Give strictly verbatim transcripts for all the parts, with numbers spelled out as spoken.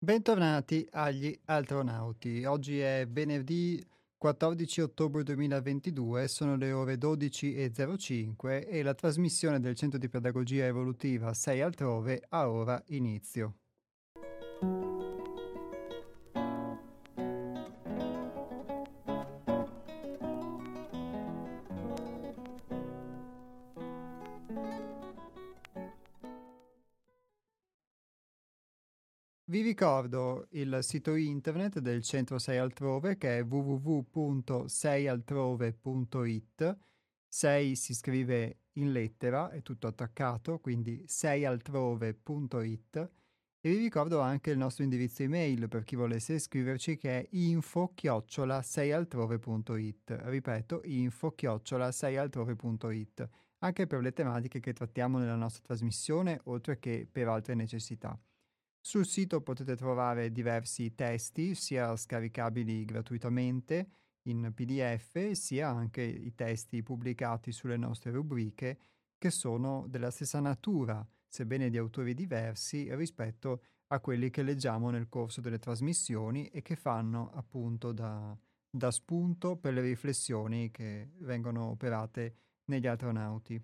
Bentornati agli Altronauti. Oggi è venerdì quattordici ottobre duemilaventidue, sono le ore dodici e zero cinque e la trasmissione del Centro di Pedagogia Evolutiva sei Altrove ha ora inizio. Vi ricordo il sito internet del Centro sei Altrove che è w w w punto sei altrove punto i t. sei si scrive in lettera, è tutto attaccato, quindi sei altrove punto i t. E vi ricordo anche il nostro indirizzo email per chi volesse scriverci che è info chiocciola sei altrove punto i t. Ripeto, info chiocciola sei altrove punto i t, anche per le tematiche che trattiamo nella nostra trasmissione, oltre che per altre necessità. Sul sito potete trovare diversi testi, sia scaricabili gratuitamente in P D F, sia anche i testi pubblicati sulle nostre rubriche, che sono della stessa natura, sebbene di autori diversi, rispetto a quelli che leggiamo nel corso delle trasmissioni e che fanno appunto da, da spunto per le riflessioni che vengono operate negli astronauti.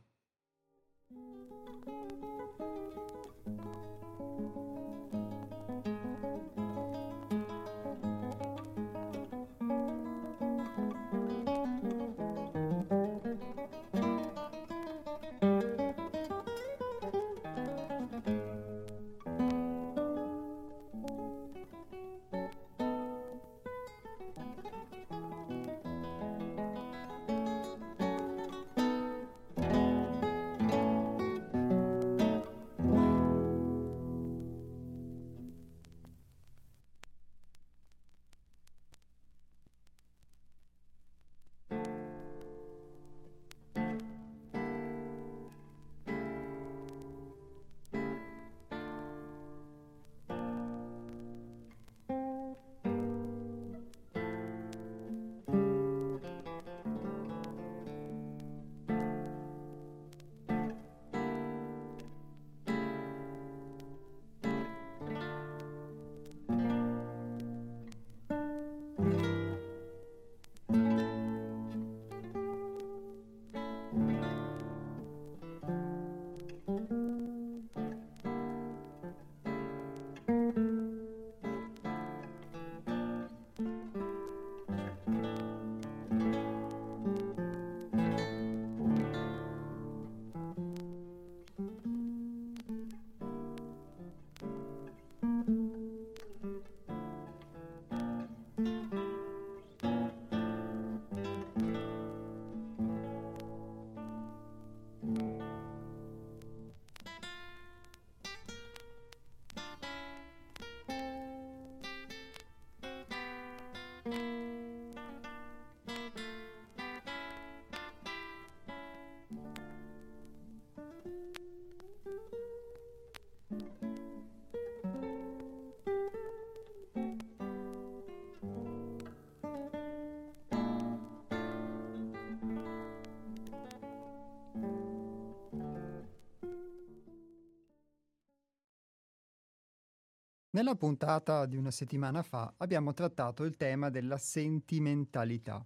Nella puntata di una settimana fa abbiamo trattato il tema della sentimentalità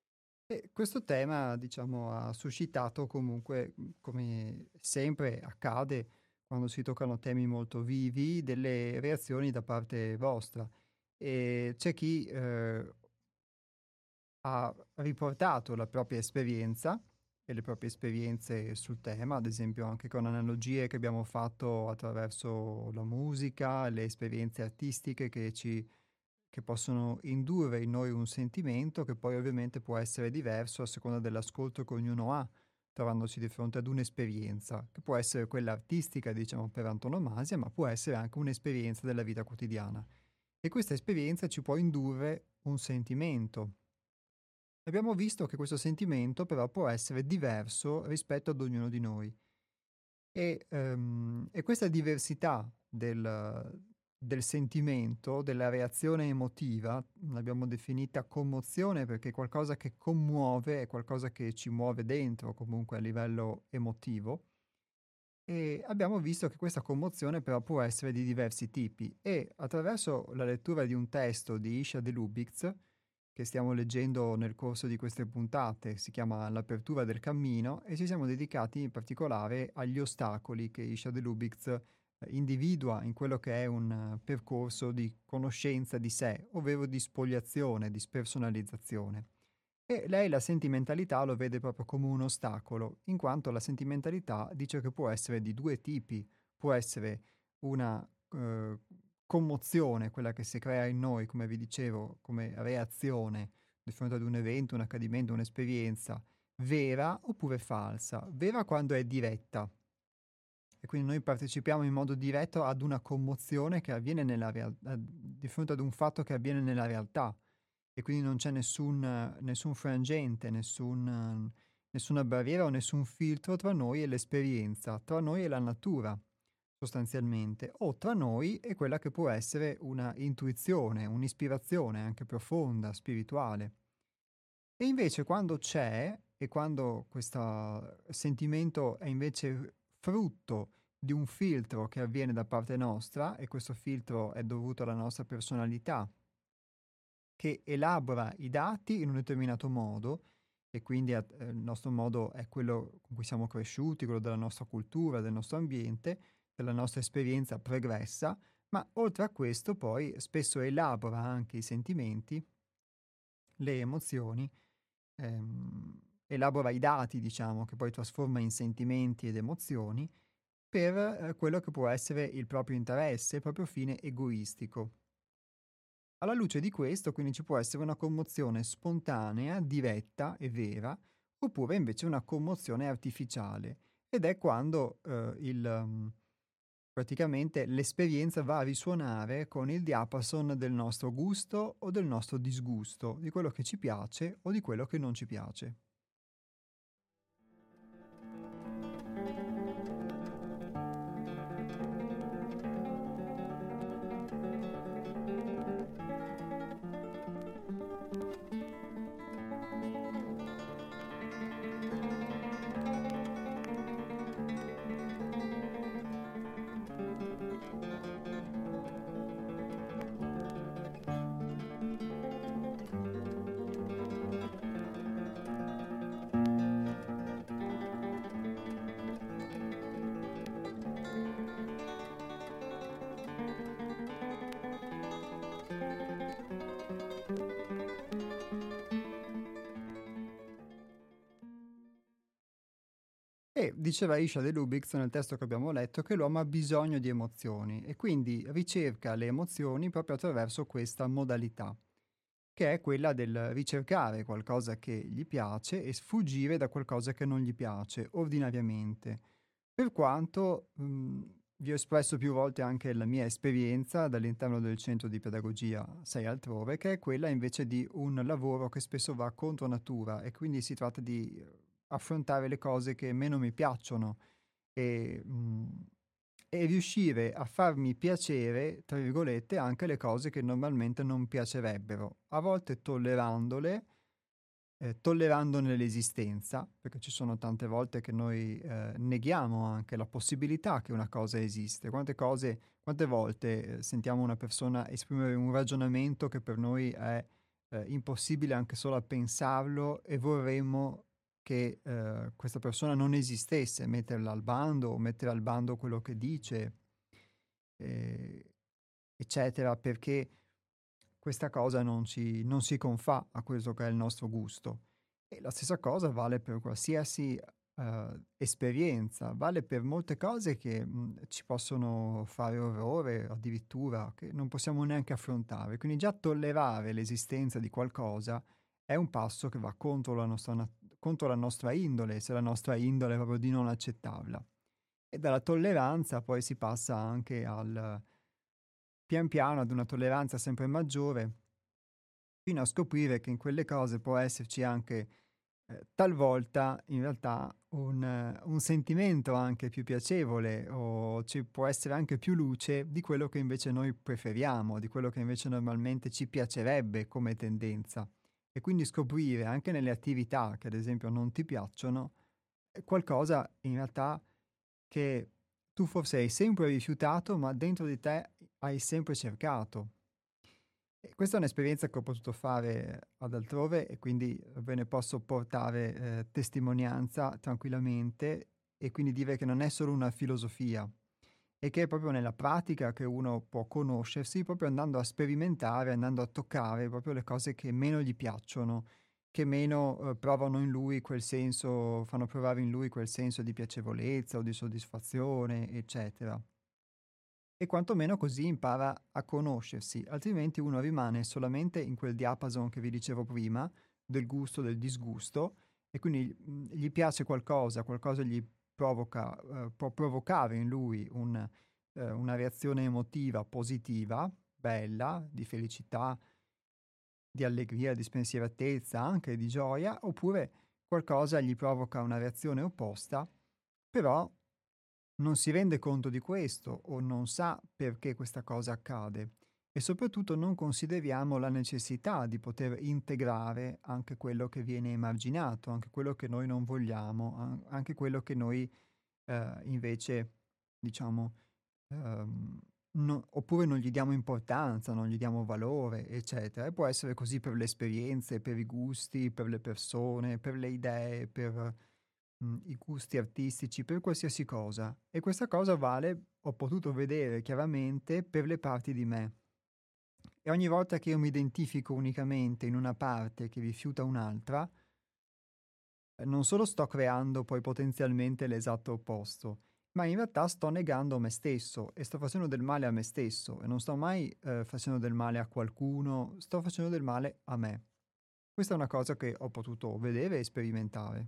e questo tema, diciamo, ha suscitato comunque, mh, come sempre accade quando si toccano temi molto vivi, delle reazioni da parte vostra. E c'è chi eh, ha riportato la propria esperienza e le proprie esperienze sul tema, ad esempio anche con analogie che abbiamo fatto attraverso la musica, le esperienze artistiche che ci che possono indurre in noi un sentimento che poi ovviamente può essere diverso a seconda dell'ascolto che ognuno ha, trovandosi di fronte ad un'esperienza, che può essere quella artistica, diciamo, per antonomasia, ma può essere anche un'esperienza della vita quotidiana. E questa esperienza ci può indurre un sentimento. Abbiamo visto che questo sentimento però può essere diverso rispetto ad ognuno di noi e, ehm, e questa diversità del, del sentimento, della reazione emotiva, l'abbiamo definita commozione perché è qualcosa che commuove, è qualcosa che ci muove dentro comunque a livello emotivo, E abbiamo visto che questa commozione però può essere di diversi tipi e attraverso la lettura di un testo di Isha de Lubitz, che stiamo leggendo nel corso di queste puntate, si chiama L'apertura del cammino e ci siamo dedicati in particolare agli ostacoli che Isha de Lubitz eh, individua in quello che è un eh, percorso di conoscenza di sé, ovvero di spoliazione, di spersonalizzazione. E lei la sentimentalità lo vede proprio come un ostacolo, in quanto la sentimentalità dice che può essere di due tipi. Può essere una eh, commozione, quella che si crea in noi, come vi dicevo, come reazione di fronte ad un evento, un accadimento, un'esperienza vera oppure falsa. Vera quando è diretta, e quindi noi partecipiamo in modo diretto ad una commozione che avviene nella real- a- di fronte ad un fatto che avviene nella realtà e quindi non c'è nessun, eh, nessun frangente, nessun, eh, nessuna barriera o nessun filtro tra noi e l'esperienza, tra noi e la natura sostanzialmente, o tra noi e quella che può essere una intuizione, un'ispirazione anche profonda, spirituale. E invece quando c'è, e quando questo sentimento è invece frutto di un filtro che avviene da parte nostra, e questo filtro è dovuto alla nostra personalità, che elabora i dati in un determinato modo, e quindi eh, il nostro modo è quello con cui siamo cresciuti, quello della nostra cultura, del nostro ambiente, della nostra esperienza pregressa, ma oltre a questo poi spesso elabora anche i sentimenti, le emozioni, ehm, elabora i dati, diciamo, che poi trasforma in sentimenti ed emozioni per eh, quello che può essere il proprio interesse, il proprio fine egoistico. Alla luce di questo, quindi ci può essere una commozione spontanea, diretta e vera, oppure invece una commozione artificiale, ed è quando eh, il, um, praticamente l'esperienza va a risuonare con il diapason del nostro gusto o del nostro disgusto, di quello che ci piace o di quello che non ci piace. E diceva Isha de Lubitz nel testo che abbiamo letto che l'uomo ha bisogno di emozioni e quindi ricerca le emozioni proprio attraverso questa modalità, che è quella del ricercare qualcosa che gli piace e sfuggire da qualcosa che non gli piace ordinariamente. Per quanto mh, vi ho espresso più volte anche la mia esperienza dall'interno del centro di pedagogia sei altrove, che è quella invece di un lavoro che spesso va contro natura e quindi si tratta di eh, affrontare le cose che meno mi piacciono e, mh, e riuscire a farmi piacere, tra virgolette, anche le cose che normalmente non piacerebbero, a volte tollerandole, eh, tollerandone l'esistenza, perché ci sono tante volte che noi eh, neghiamo anche la possibilità che una cosa esiste. Quante cose, quante volte eh, sentiamo una persona esprimere un ragionamento che per noi è eh, impossibile anche solo a pensarlo e vorremmo che eh, questa persona non esistesse, metterla al bando o mettere al bando quello che dice, eh, eccetera, perché questa cosa non ci non si confà a quello che è il nostro gusto. E la stessa cosa vale per qualsiasi, ehm, esperienza, vale per molte cose che, mhmm, ci possono fare orrore, addirittura, che non possiamo neanche affrontare. Quindi già tollerare l'esistenza di qualcosa è un passo che va contro la nostra na contro la nostra indole, se la nostra indole è proprio di non accettarla. E dalla tolleranza poi si passa anche al pian piano ad una tolleranza sempre maggiore fino a scoprire che in quelle cose può esserci anche, ehm, talvolta in realtà un eh, un sentimento anche più piacevole o ci può essere anche più luce di quello che invece noi preferiamo, di quello che invece normalmente ci piacerebbe come tendenza. E quindi scoprire anche nelle attività che ad esempio non ti piacciono, ehm, qualcosa in realtà che tu forse hai sempre rifiutato, ma dentro di te hai sempre cercato. E questa è un'esperienza che ho potuto fare ad altrove e quindi ve ne posso portare eh, testimonianza tranquillamente e quindi dire che non è solo una filosofia e che è proprio nella pratica che uno può conoscersi, proprio andando a sperimentare, andando a toccare proprio le cose che meno gli piacciono, che meno eh, provano in lui quel senso, fanno provare in lui quel senso di piacevolezza o di soddisfazione, eccetera. E quantomeno così impara a conoscersi, altrimenti uno rimane solamente in quel diapason che vi dicevo prima, del gusto, del disgusto, e quindi mh, gli piace qualcosa, qualcosa gli provoca, eh, può provocare in lui un, eh, una reazione emotiva positiva, bella, di felicità, di allegria, di spensieratezza, anche di gioia, oppure qualcosa gli provoca una reazione opposta, però non si rende conto di questo o non sa perché questa cosa accade e soprattutto non consideriamo la necessità di poter integrare anche quello che viene emarginato, anche quello che noi non vogliamo, an- anche quello che noi eh, invece diciamo ehm, no- oppure non gli diamo importanza, non gli diamo valore, eccetera. E può essere così per le esperienze, per i gusti, per le persone, per le idee, per mh, i gusti artistici, per qualsiasi cosa. E questa cosa vale, ho potuto vedere chiaramente, per le parti di me. E ogni volta che io mi identifico unicamente in una parte che rifiuta un'altra, eh, non solo sto creando poi potenzialmente l'esatto opposto, ma in realtà sto negando me stesso e sto facendo del male a me stesso e non sto mai eh, facendo del male a qualcuno, sto facendo del male a me. Questa è una cosa che ho potuto vedere e sperimentare.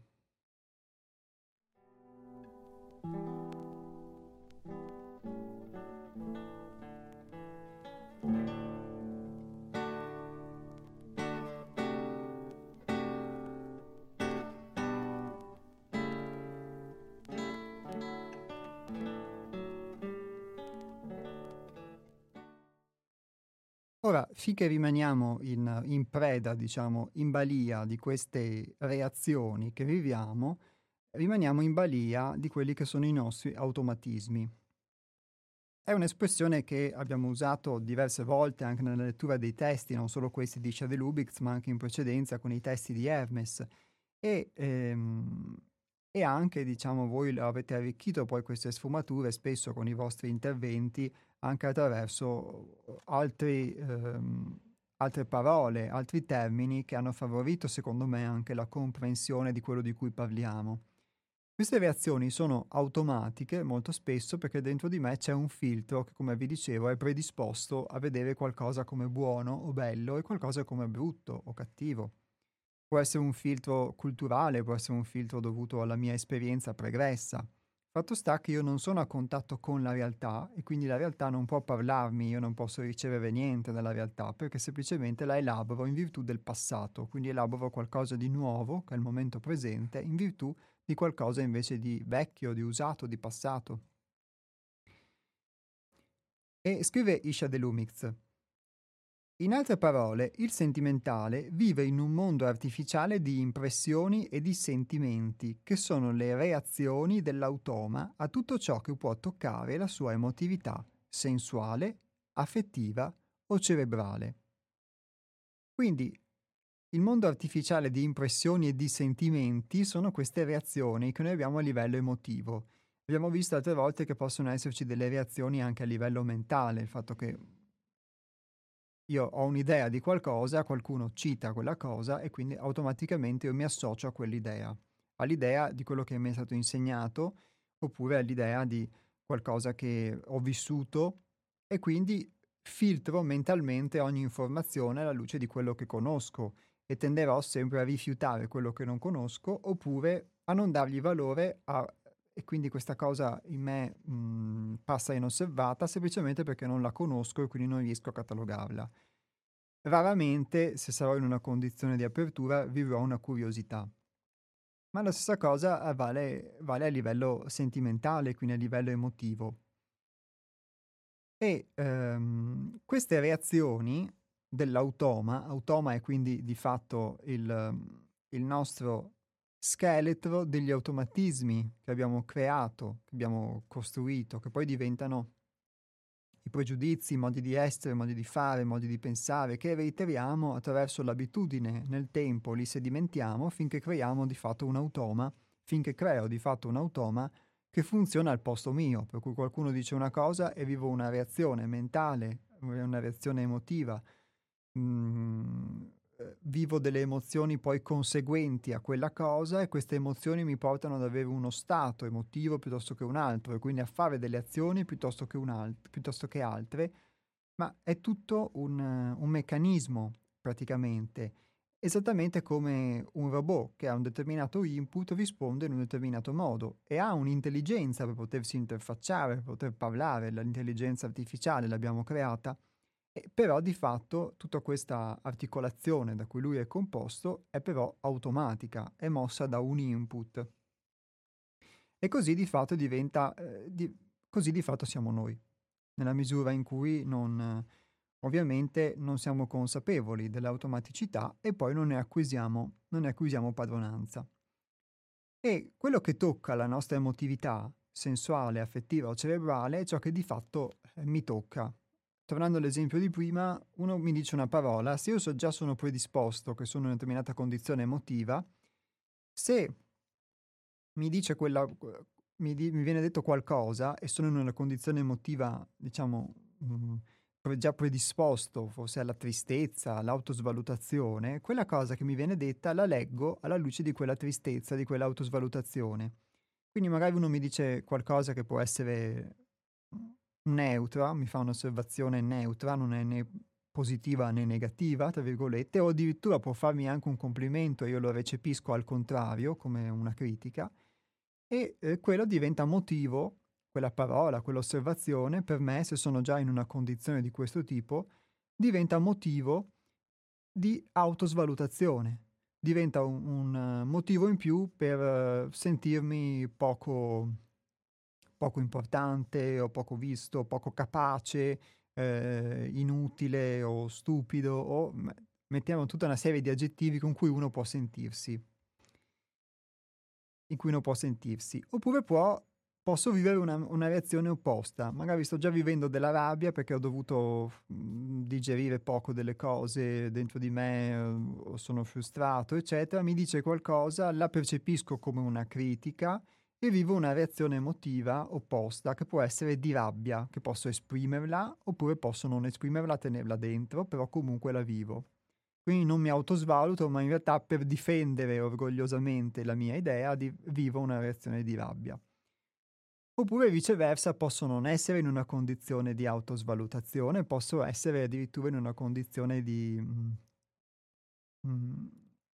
Ora, finché rimaniamo in in preda, diciamo, in balia di queste reazioni che viviamo, rimaniamo in balia di quelli che sono i nostri automatismi. È un'espressione che abbiamo usato diverse volte anche nella lettura dei testi, non solo questi di Shade Lubix, ma anche in precedenza con i testi di Hermes. E, ehm, e anche, diciamo, voi lo avete arricchito poi queste sfumature spesso con i vostri interventi anche attraverso eh, altri, ehm, altre parole, altri termini che hanno favorito, secondo me, anche la comprensione di quello di cui parliamo. Queste reazioni sono automatiche molto spesso perché dentro di me c'è un filtro che, come vi dicevo, è predisposto a vedere qualcosa come buono o bello e qualcosa come brutto o cattivo. Può essere un filtro culturale, può essere un filtro dovuto alla mia esperienza pregressa. Fatto sta che io non sono a contatto con la realtà e quindi la realtà non può parlarmi, io non posso ricevere niente dalla realtà perché semplicemente la elaboro in virtù del passato, quindi elaboro qualcosa di nuovo, che è il momento presente, in virtù di qualcosa invece di vecchio, di usato, di passato. E scrive Isha De Lumix. In altre parole, il sentimentale vive in un mondo artificiale di impressioni e di sentimenti, che sono le reazioni dell'automa a tutto ciò che può toccare la sua emotività sensuale, affettiva o cerebrale. Quindi il mondo artificiale di impressioni e di sentimenti sono queste reazioni che noi abbiamo a livello emotivo. Abbiamo visto altre volte che possono esserci delle reazioni anche a livello mentale, il fatto che io ho un'idea di qualcosa, qualcuno cita quella cosa e quindi automaticamente io mi associo a quell'idea, all'idea di quello che mi è stato insegnato oppure all'idea di qualcosa che ho vissuto e quindi filtro mentalmente ogni informazione alla luce di quello che conosco e tenderò sempre a rifiutare quello che non conosco oppure a non dargli valore a- e quindi questa cosa in me mh, passa inosservata semplicemente perché non la conosco e quindi non riesco a catalogarla. Raramente, se sarò in una condizione di apertura, vivrò una curiosità. Ma la stessa cosa eh, vale, vale a livello sentimentale, quindi a livello emotivo. E ehm, queste reazioni dell'automa, automa è quindi di fatto il, il nostro scheletro degli automatismi che abbiamo creato, che abbiamo costruito, che poi diventano i pregiudizi, i modi di essere, i modi di fare, i modi di pensare, che reiteriamo attraverso l'abitudine nel tempo, li sedimentiamo finché creiamo di fatto un automa, finché creo di fatto un automa che funziona al posto mio, per cui qualcuno dice una cosa e vivo una reazione mentale, una reazione emotiva, mm, eh, vivo delle emozioni poi conseguenti a quella cosa e queste emozioni mi portano ad avere uno stato emotivo piuttosto che un altro e quindi a fare delle azioni piuttosto che, un alt- piuttosto che altre, ma è tutto un, eh, un meccanismo praticamente, esattamente come un robot che ha un determinato input risponde in un determinato modo e ha un'intelligenza per potersi interfacciare, per poter parlare, l'intelligenza artificiale l'abbiamo creata. E però di fatto tutta questa articolazione da cui lui è composto è però automatica, è mossa da un input. E così di fatto diventa, eh, di, così di fatto siamo noi, nella misura in cui non, eh, ovviamente non siamo consapevoli dell'automaticità e poi non ne acquisiamo, non ne acquisiamo padronanza. E quello che tocca la nostra emotività sensuale, affettiva o cerebrale è ciò che di fatto eh, mi tocca. Tornando all'esempio di prima, uno mi dice una parola, se io so già sono predisposto, che sono in una determinata condizione emotiva, se mi dice quella, mi, di- mi viene detto qualcosa e sono in una condizione emotiva, diciamo, mh, pre- già predisposto forse alla tristezza, all'autosvalutazione, quella cosa che mi viene detta la leggo alla luce di quella tristezza, di quell'autosvalutazione. Quindi magari uno mi dice qualcosa che può essere mh, neutra, mi fa un'osservazione neutra, non è né positiva né negativa, tra virgolette, o addirittura può farmi anche un complimento e io lo recepisco al contrario, come una critica, e eh, quello diventa motivo, quella parola, quell'osservazione, per me, se sono già in una condizione di questo tipo, diventa motivo di autosvalutazione, diventa un, un, eh, motivo in più per eh, sentirmi poco, poco importante o poco visto, poco capace, eh, inutile o stupido o m- mettiamo tutta una serie di aggettivi con cui uno può sentirsi in cui uno può sentirsi, oppure può, posso vivere una, una reazione opposta. Magari sto già vivendo della rabbia perché ho dovuto mm, digerire poco delle cose dentro di me, eh, o sono frustrato, eccetera. Mi dice qualcosa, la percepisco come una critica e vivo una reazione emotiva opposta, che può essere di rabbia, che posso esprimerla, oppure posso non esprimerla, tenerla dentro, però comunque la vivo. Quindi non mi autosvaluto, ma in realtà per difendere orgogliosamente la mia idea di vivo una reazione di rabbia. Oppure viceversa, posso non essere in una condizione di autosvalutazione, posso essere addirittura in una condizione di mm, mm,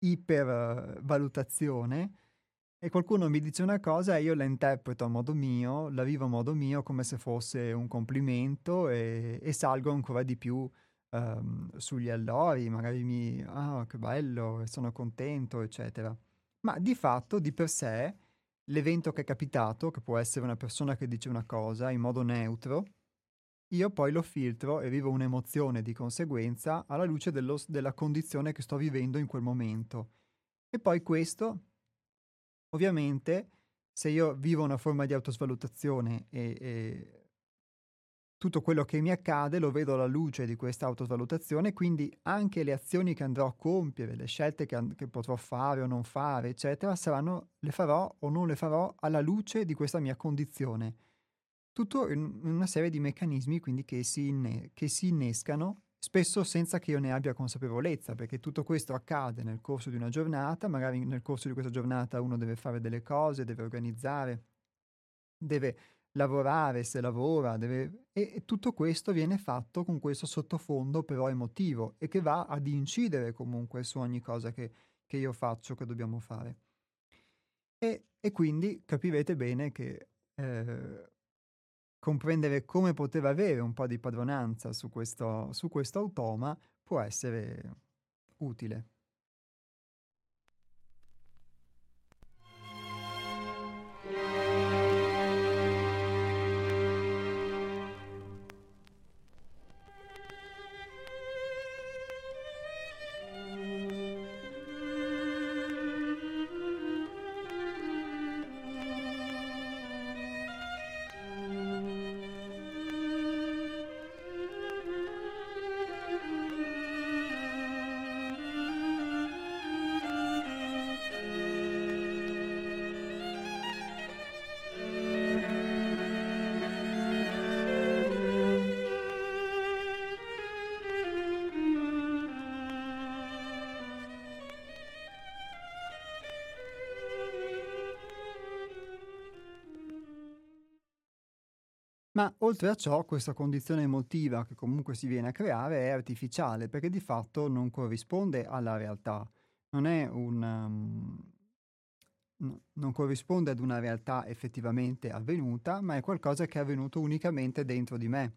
ipervalutazione e qualcuno mi dice una cosa e io la interpreto a modo mio, la vivo a modo mio come se fosse un complimento e, e salgo ancora di più ehm, sugli allori, magari mi, ah, che bello, sono contento, eccetera. Ma di fatto, di per sé, l'evento che è capitato, che può essere una persona che dice una cosa in modo neutro, io poi lo filtro e vivo un'emozione di conseguenza alla luce dello- della condizione che sto vivendo in quel momento. E poi questo, ovviamente, se io vivo una forma di autosvalutazione e, e tutto quello che mi accade lo vedo alla luce di questa autosvalutazione, quindi anche le azioni che andrò a compiere, le scelte che, and- che potrò fare o non fare, eccetera, saranno, le farò o non le farò alla luce di questa mia condizione. Tutto in in una serie di meccanismi quindi che si, inne- che si innescano, spesso senza che io ne abbia consapevolezza, perché tutto questo accade nel corso di una giornata, magari nel corso di questa giornata uno deve fare delle cose, deve organizzare, deve lavorare se lavora, deve... e, e tutto questo viene fatto con questo sottofondo però emotivo e che va ad incidere comunque su ogni cosa che, che io faccio, che dobbiamo fare. E, e quindi capirete bene che eh, comprendere come poter avere un po' di padronanza su questo, su questo automa può essere utile. Ma oltre a ciò, questa condizione emotiva che comunque si viene a creare è artificiale, perché di fatto non corrisponde alla realtà. Non è un, um, no- non corrisponde ad una realtà effettivamente avvenuta, ma è qualcosa che è avvenuto unicamente dentro di me.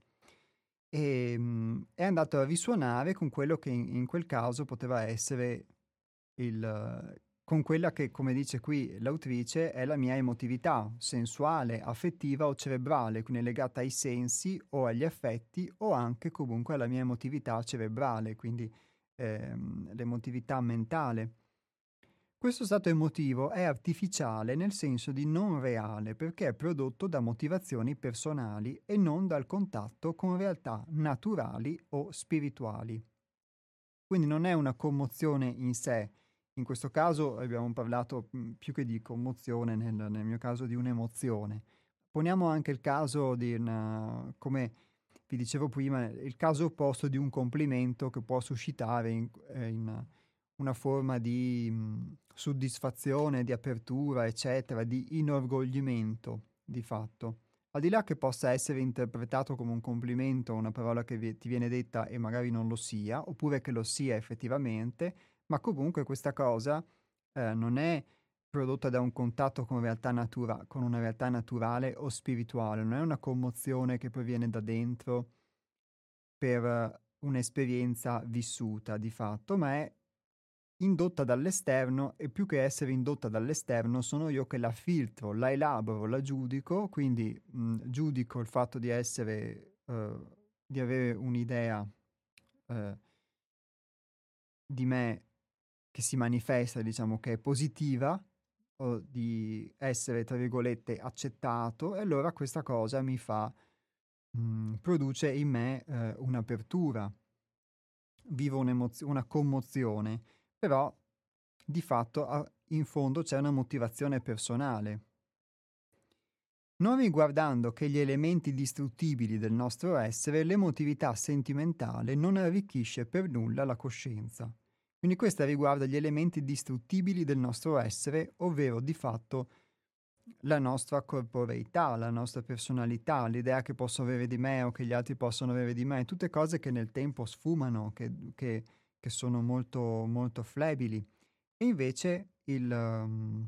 E mm, è andato a risuonare con quello che in, in quel caso poteva essere il, con quella che, come dice qui l'autrice, è la mia emotività sensuale, affettiva o cerebrale, quindi legata ai sensi o agli affetti o anche comunque alla mia emotività cerebrale, quindi ehm, l'emotività mentale. Questo stato emotivo è artificiale nel senso di non reale perché è prodotto da motivazioni personali e non dal contatto con realtà naturali o spirituali. Quindi non è una commozione in sé. In questo caso abbiamo parlato mh, più che di commozione, nel, nel mio caso di un'emozione. Poniamo anche il caso di una, come vi dicevo prima, il caso opposto di un complimento che può suscitare in, eh, in una forma di mh, soddisfazione, di apertura, eccetera, di inorgoglimento di fatto. Al di là che possa essere interpretato come un complimento, una parola che vi- ti viene detta e magari non lo sia, oppure che lo sia effettivamente, ma comunque questa cosa eh, non è prodotta da un contatto con, realtà natura- con una realtà naturale o spirituale, non è una commozione che proviene da dentro per eh, un'esperienza vissuta di fatto, ma è indotta dall'esterno e più che essere indotta dall'esterno sono io che la filtro, la elaboro, la giudico, quindi mh, giudico il fatto di essere, eh, di avere un'idea eh, di me che si manifesta, diciamo che è positiva, o di essere, tra virgolette, accettato, e allora questa cosa mi fa, mh, produce in me eh, un'apertura, vivo un'emozio- una commozione, però di fatto a- in fondo c'è una motivazione personale. Non riguardando che gli elementi distruttibili del nostro essere, l'emotività sentimentale non arricchisce per nulla la coscienza. Quindi questa riguarda gli elementi distruttibili del nostro essere, ovvero di fatto la nostra corporeità, la nostra personalità, l'idea che posso avere di me o che gli altri possono avere di me, tutte cose che nel tempo sfumano, che, che- che sono molto, molto flebili. E invece il, um,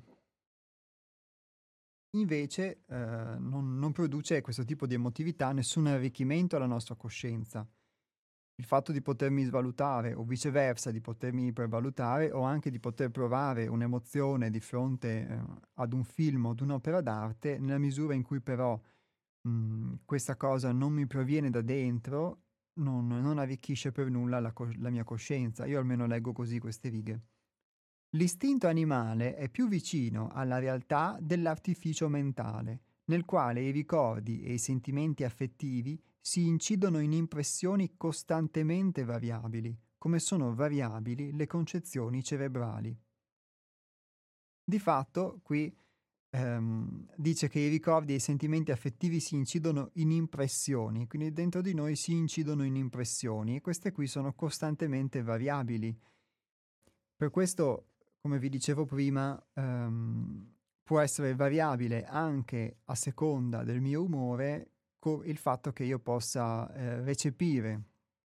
invece, eh, non, non produce questo tipo di emotività nessun arricchimento alla nostra coscienza. Il fatto di potermi svalutare o viceversa di potermi ipervalutare o anche di poter provare un'emozione di fronte eh, ad un film o ad un'opera d'arte, nella misura in cui però mh, questa cosa non mi proviene da dentro, non, non arricchisce per nulla la, cos- la mia coscienza. Io almeno leggo così queste righe. L'istinto animale è più vicino alla realtà dell'artificio mentale, nel quale i ricordi e i sentimenti affettivi si incidono in impressioni costantemente variabili, come sono variabili le concezioni cerebrali. Di fatto, qui ehm, dice che i ricordi e i sentimenti affettivi si incidono in impressioni, quindi dentro di noi si incidono in impressioni e queste qui sono costantemente variabili. Per questo, come vi dicevo prima, ehm, può essere variabile anche a seconda del mio umore co- il fatto che io possa eh, recepire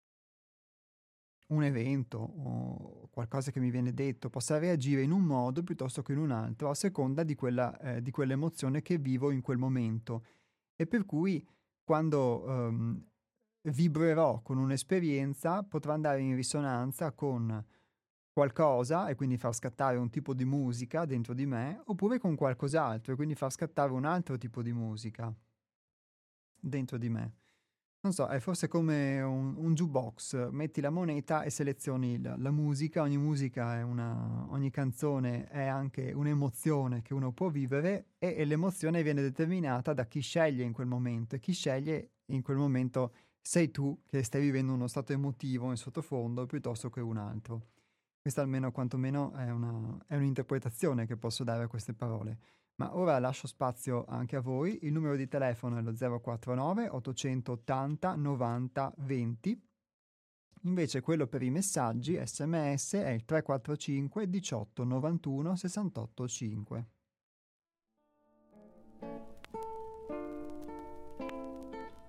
un evento o qualcosa che mi viene detto, possa reagire in un modo piuttosto che in un altro, a seconda di quella, eh, di quell'emozione che vivo in quel momento. E per cui quando ehm, vibrerò con un'esperienza, potrà andare in risonanza con qualcosa e quindi far scattare un tipo di musica dentro di me, oppure con qualcos'altro e quindi far scattare un altro tipo di musica dentro di me. Non so, è forse come un, un jukebox, metti la moneta e selezioni la, la musica, ogni musica è una, ogni canzone è anche un'emozione che uno può vivere e, e l'emozione viene determinata da chi sceglie in quel momento e chi sceglie in quel momento sei tu che stai vivendo uno stato emotivo in sottofondo piuttosto che un altro. Questa almeno quantomeno è una, è un'interpretazione che posso dare a queste parole. Ma ora lascio spazio anche a voi. Il numero di telefono è lo zero quattro nove ottocentottanta novanta venti. Invece quello per i messaggi S M S è il tre quattro cinque diciotto novantuno sessantotto cinque.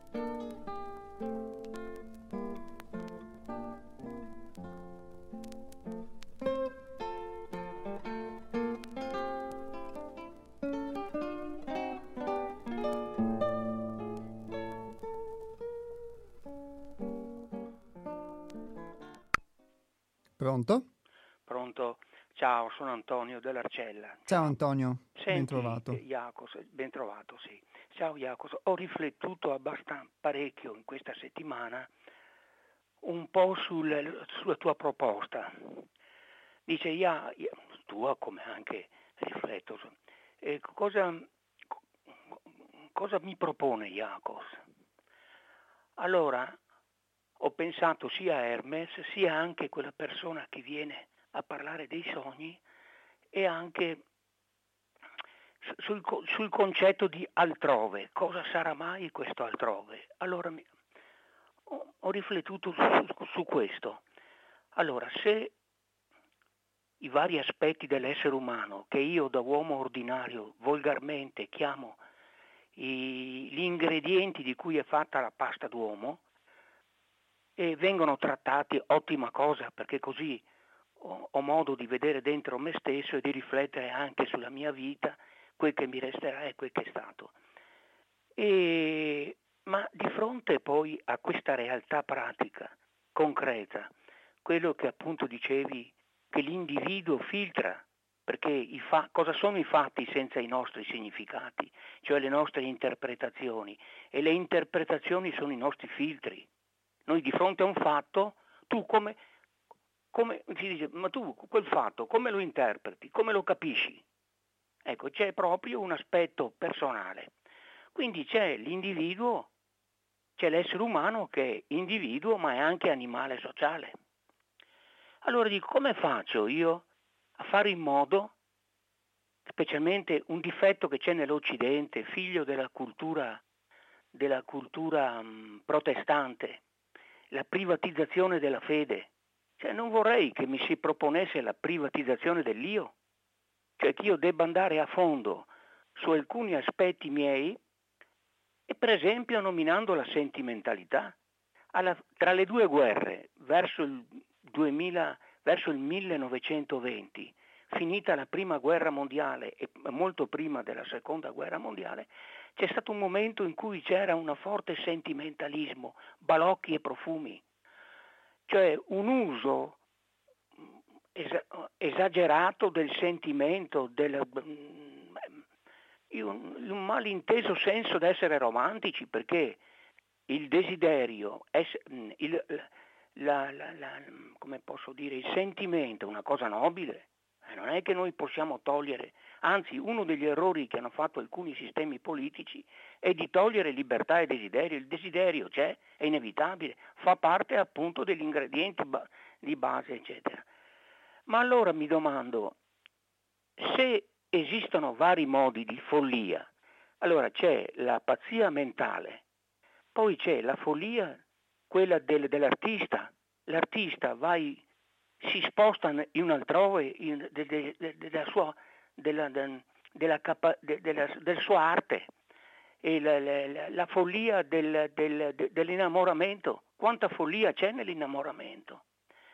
Pronto? Pronto? Ciao, sono Antonio dell'Arcella. Ciao Ciao. Antonio, ben Senti, trovato. Iacos, ben trovato, sì. Ciao Iacos, ho riflettuto abbastanza parecchio in questa settimana un po' sul- sulla tua proposta. Dice, Ia, Ia- tua come anche rifletto, su- eh, cosa, cosa mi propone Iacos? Allora, ho pensato sia a Hermes, sia anche quella persona che viene a parlare dei sogni e anche sul, sul concetto di altrove. Cosa sarà mai questo altrove? Allora mi, ho, ho riflettuto su, su questo. Allora, se i vari aspetti dell'essere umano, che io da uomo ordinario volgarmente chiamo i, gli ingredienti di cui è fatta la pasta d'uomo, e vengono trattati, ottima cosa, perché così ho, ho modo di vedere dentro me stesso e di riflettere anche sulla mia vita, quel che mi resterà e quel che è stato. E, ma di fronte poi a questa realtà pratica, concreta, quello che appunto dicevi, che l'individuo filtra, perché i fa- cosa sono i fatti senza i nostri significati, cioè le nostre interpretazioni, e le interpretazioni sono i nostri filtri. Noi di fronte a un fatto, tu come, come si dice, ma tu quel fatto come lo interpreti, come lo capisci? Ecco, c'è proprio un aspetto personale. Quindi c'è l'individuo, c'è l'essere umano che è individuo ma è anche animale sociale. Allora dico, come faccio io a fare in modo, specialmente un difetto che c'è nell'Occidente, figlio della cultura, della cultura mh, protestante, la privatizzazione della fede. Cioè, non vorrei che mi si proponesse la privatizzazione dell'io, cioè che io debba andare a fondo su alcuni aspetti miei e per esempio nominando la sentimentalità. Alla, tra le due guerre, verso il duemila, verso il millenovecentoventi, finita la prima guerra mondiale e molto prima della seconda guerra mondiale, c'è stato un momento in cui c'era un forte sentimentalismo, balocchi e profumi, cioè un uso es- esagerato del sentimento, del, in un, un malinteso senso d'essere romantici, perché il desiderio, il, la, la, la, come posso dire, il sentimento è una cosa nobile, eh, non è che noi possiamo togliere, anzi uno degli errori che hanno fatto alcuni sistemi politici è di togliere libertà e desiderio. Il desiderio c'è, è inevitabile, fa parte appunto degli ingredienti ba- di base, eccetera. Ma allora mi domando, se esistono vari modi di follia, allora c'è la pazzia mentale, poi c'è la follia, quella del, dell'artista. L'artista vai, si sposta in un altrove in, de, de, de, della sua, della, de, della capa, della, della sua arte. E la, la, la follia del, del, dell'innamoramento. Quanta follia c'è nell'innamoramento?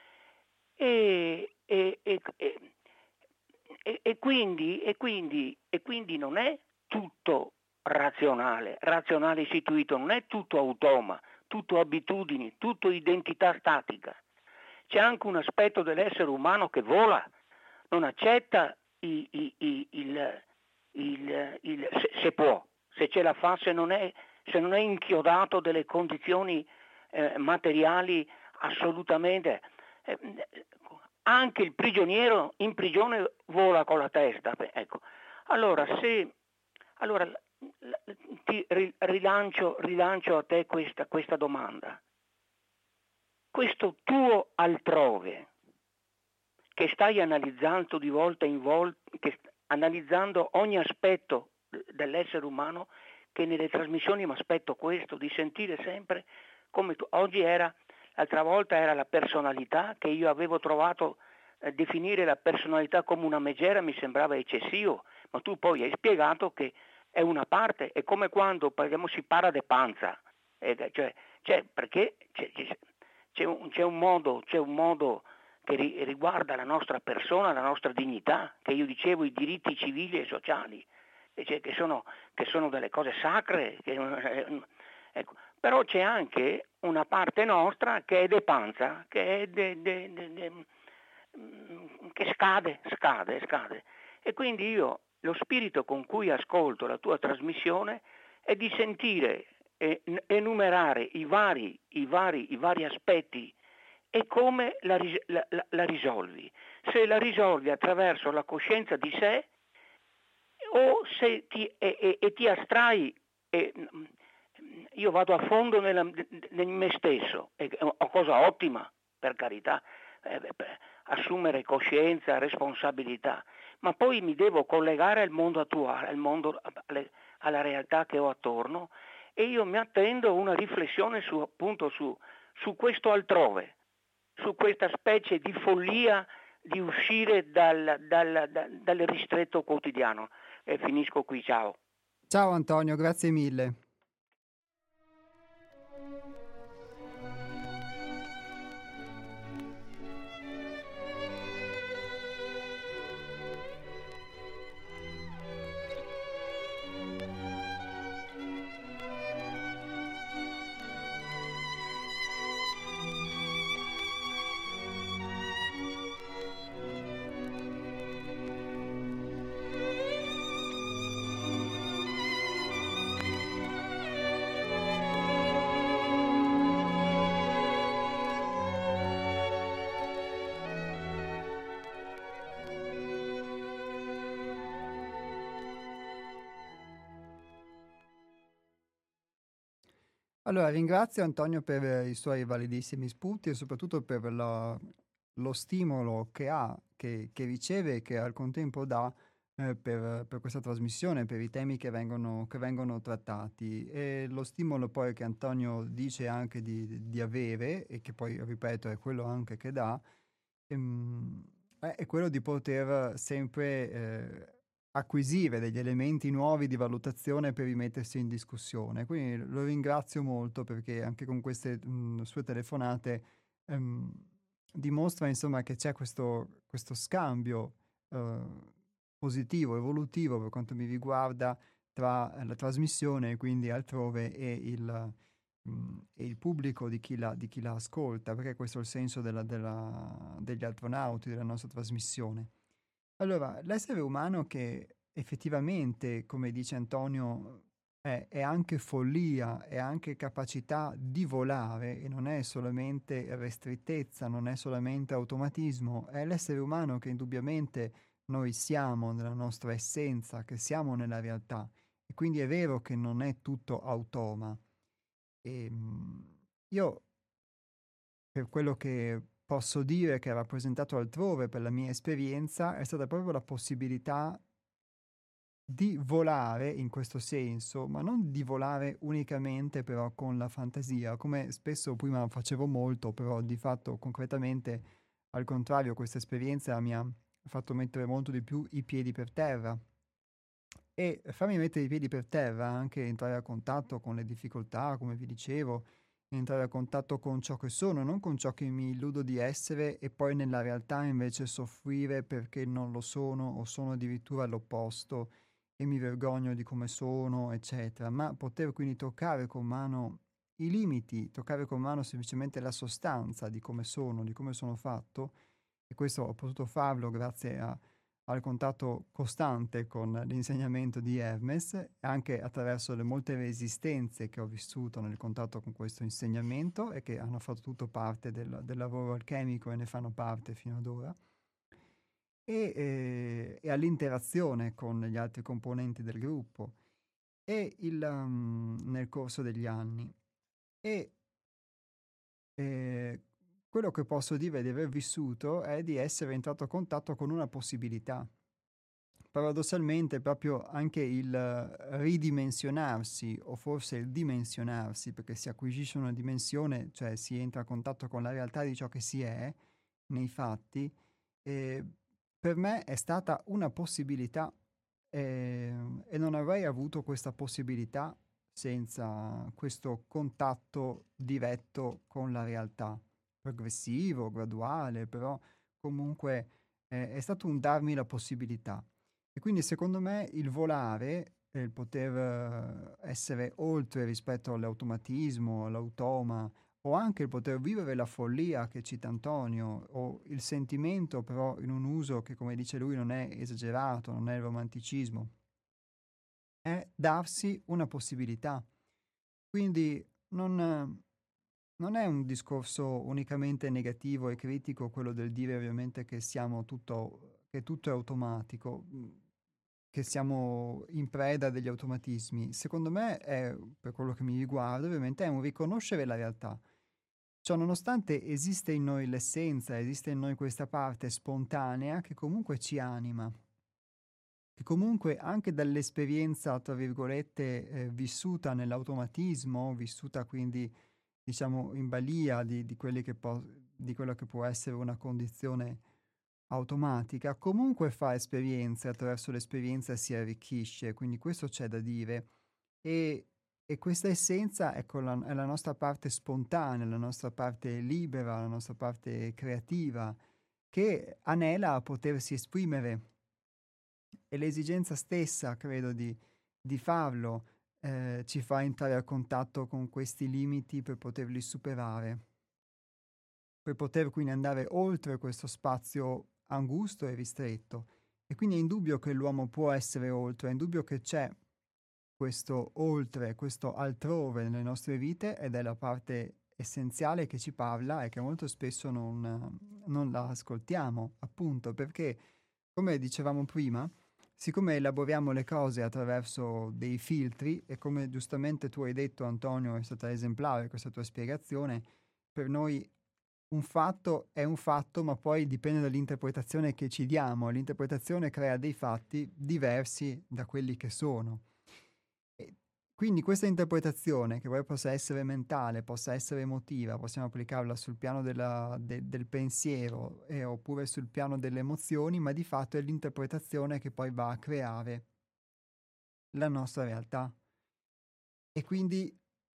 E, e, e, e, e, quindi, e, quindi, e quindi non è tutto razionale, razionale istituito, non è tutto automa, tutto abitudini, tutto identità statica. C'è anche un aspetto dell'essere umano che vola, non accetta il, il, il, il, il, il se, se può, se ce la fa, se non è, se non è inchiodato delle condizioni eh, materiali assolutamente. Eh, anche il prigioniero in prigione vola con la testa. Ecco. Allora, se allora ti rilancio, rilancio a te questa, questa domanda. Questo tuo altrove che stai analizzando di volta in volta, che, analizzando ogni aspetto dell'essere umano, che nelle trasmissioni mi aspetto questo, di sentire sempre come tu, oggi era, l'altra volta era la personalità, che io avevo trovato eh, definire la personalità come una megera mi sembrava eccessivo, ma tu poi hai spiegato che è una parte, è come quando parliamo, si parla di panza, eh, cioè, cioè, perché c'è, c'è, un, c'è, un modo, c'è un modo che ri, riguarda la nostra persona, la nostra dignità, che io dicevo i diritti civili e sociali, cioè, che, sono, che sono delle cose sacre, che, eh, ecco. Però c'è anche una parte nostra che è de panza, che è de, de, de, de, che scade, scade, scade. E quindi io, lo spirito con cui ascolto la tua trasmissione è di sentire e enumerare i vari, i vari, i vari aspetti e come la, la, la, la risolvi. Se la risolvi attraverso la coscienza di sé o se ti, e, e, e ti astrai. E, io vado a fondo nella, nel me stesso, è una cosa ottima, per carità, eh, per assumere coscienza, responsabilità, ma poi mi devo collegare al mondo attuale, al mondo, alle, alla realtà che ho attorno, e io mi attendo una riflessione su, appunto su, su questo altrove, su questa specie di follia di uscire dal, dal, dal, dal ristretto quotidiano. E finisco qui, ciao. Ciao Antonio, grazie mille. Allora, ringrazio Antonio per i suoi validissimi spunti e soprattutto per la, lo stimolo che ha, che, che riceve e che al contempo dà eh, per, per questa trasmissione, per i temi che vengono, che vengono trattati. E lo stimolo poi che Antonio dice anche di, di avere, e che poi, ripeto, è quello anche che dà, ehm, è, è quello di poter sempre eh, acquisire degli elementi nuovi di valutazione per rimettersi in discussione. Quindi lo ringrazio molto perché anche con queste mh, sue telefonate ehm, dimostra insomma che c'è questo, questo scambio eh, positivo, evolutivo per quanto mi riguarda tra eh, la trasmissione e quindi altrove e il, mh, e il pubblico di chi, la, di chi la ascolta, perché questo è il senso della, della, degli astronauti, della nostra trasmissione. Allora, l'essere umano che effettivamente, come dice Antonio, è, è anche follia, è anche capacità di volare e non è solamente restrettezza, non è solamente automatismo, è l'essere umano che indubbiamente noi siamo nella nostra essenza, che siamo nella realtà. E quindi è vero che non è tutto automa. E, mh, io per quello che posso dire che ha rappresentato altrove per la mia esperienza è stata proprio la possibilità di volare in questo senso, ma non di volare unicamente però con la fantasia, come spesso prima facevo molto, però di fatto concretamente al contrario questa esperienza mi ha fatto mettere molto di più i piedi per terra e farmi mettere i piedi per terra, anche entrare a contatto con le difficoltà, come vi dicevo, entrare a contatto con ciò che sono, non con ciò che mi illudo di essere e poi nella realtà invece soffrire perché non lo sono o sono addirittura l'opposto e mi vergogno di come sono, eccetera, ma poter quindi toccare con mano i limiti, toccare con mano semplicemente la sostanza di come sono, di come sono fatto, e questo ho potuto farlo grazie a al contatto costante con l'insegnamento di Hermes, anche attraverso le molte resistenze che ho vissuto nel contatto con questo insegnamento e che hanno fatto tutto parte del, del lavoro alchemico e ne fanno parte fino ad ora, e, eh, e all'interazione con gli altri componenti del gruppo e il, um, nel corso degli anni. E eh, quello che posso dire di aver vissuto è di essere entrato a contatto con una possibilità. Paradossalmente proprio anche il eh, ridimensionarsi o forse il dimensionarsi, perché si acquisisce una dimensione, cioè si entra a contatto con la realtà di ciò che si è nei fatti, eh, per me è stata una possibilità eh, e non avrei avuto questa possibilità senza questo contatto diretto con la realtà, progressivo, graduale, però comunque eh, è stato un darmi la possibilità. E quindi secondo me il volare e il poter eh, essere oltre rispetto all'automatismo, all'automa o anche il poter vivere la follia che cita Antonio, o il sentimento però in un uso che, come dice lui, non è esagerato, non è il romanticismo, è darsi una possibilità. Quindi non, non è un discorso unicamente negativo e critico quello del dire ovviamente che siamo tutto, che tutto è automatico, mh, che siamo in preda degli automatismi. Secondo me è, per quello che mi riguarda, ovviamente è un riconoscere la realtà. Ciò nonostante esiste in noi l'essenza, esiste in noi questa parte spontanea che comunque ci anima, che comunque anche dall'esperienza, tra virgolette, eh, vissuta nell'automatismo, vissuta quindi, diciamo, in balia di, di quelli che po- di quello che può essere una condizione automatica, comunque fa esperienze, attraverso l'esperienza si arricchisce, quindi questo c'è da dire. E, e questa essenza, ecco, la- è la nostra parte spontanea, la nostra parte libera, la nostra parte creativa, che anela a potersi esprimere. E l'esigenza stessa, credo, di, di farlo, eh, ci fa entrare a contatto con questi limiti per poterli superare, per poter quindi andare oltre questo spazio angusto e ristretto. E quindi è indubbio che l'uomo può essere oltre, è indubbio che c'è questo oltre, questo altrove nelle nostre vite, ed è la parte essenziale che ci parla e che molto spesso non, non la ascoltiamo, appunto perché, come dicevamo prima, siccome elaboriamo le cose attraverso dei filtri, e come giustamente tu hai detto, Antonio, è stata esemplare questa tua spiegazione, per noi un fatto è un fatto, ma poi dipende dall'interpretazione che ci diamo. L'interpretazione crea dei fatti diversi da quelli che sono. E quindi questa interpretazione, che poi possa essere mentale, possa essere emotiva, possiamo applicarla sul piano della- de- del pensiero eh, oppure sul piano delle emozioni, ma di fatto è l'interpretazione che poi va a creare la nostra realtà. E quindi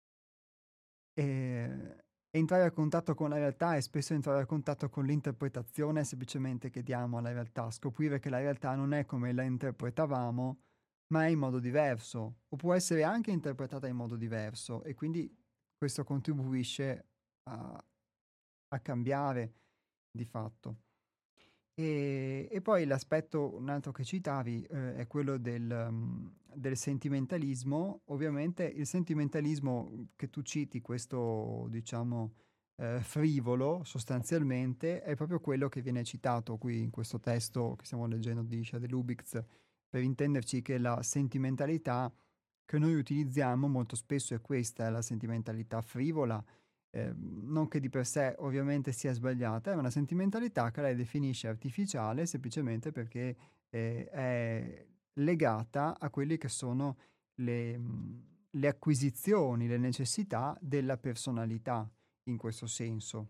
Ehm, entrare a contatto con la realtà e spesso entrare a contatto con l'interpretazione semplicemente che diamo alla realtà, scoprire che la realtà non è come la interpretavamo, ma è in modo diverso, o può essere anche interpretata in modo diverso, e quindi questo contribuisce a, a cambiare di fatto. E, e poi l'aspetto, un altro che citavi, eh, è quello del, mm, del sentimentalismo. Ovviamente il sentimentalismo che tu citi, questo diciamo eh, frivolo sostanzialmente, è proprio quello che viene citato qui in questo testo che stiamo leggendo di Shade Lubitz, per intenderci che la sentimentalità che noi utilizziamo molto spesso è questa, è la sentimentalità frivola, eh, non che di per sé ovviamente sia sbagliata, è una sentimentalità che lei definisce artificiale semplicemente perché eh, è legata a quelle che sono le, mh, le acquisizioni, le necessità della personalità in questo senso.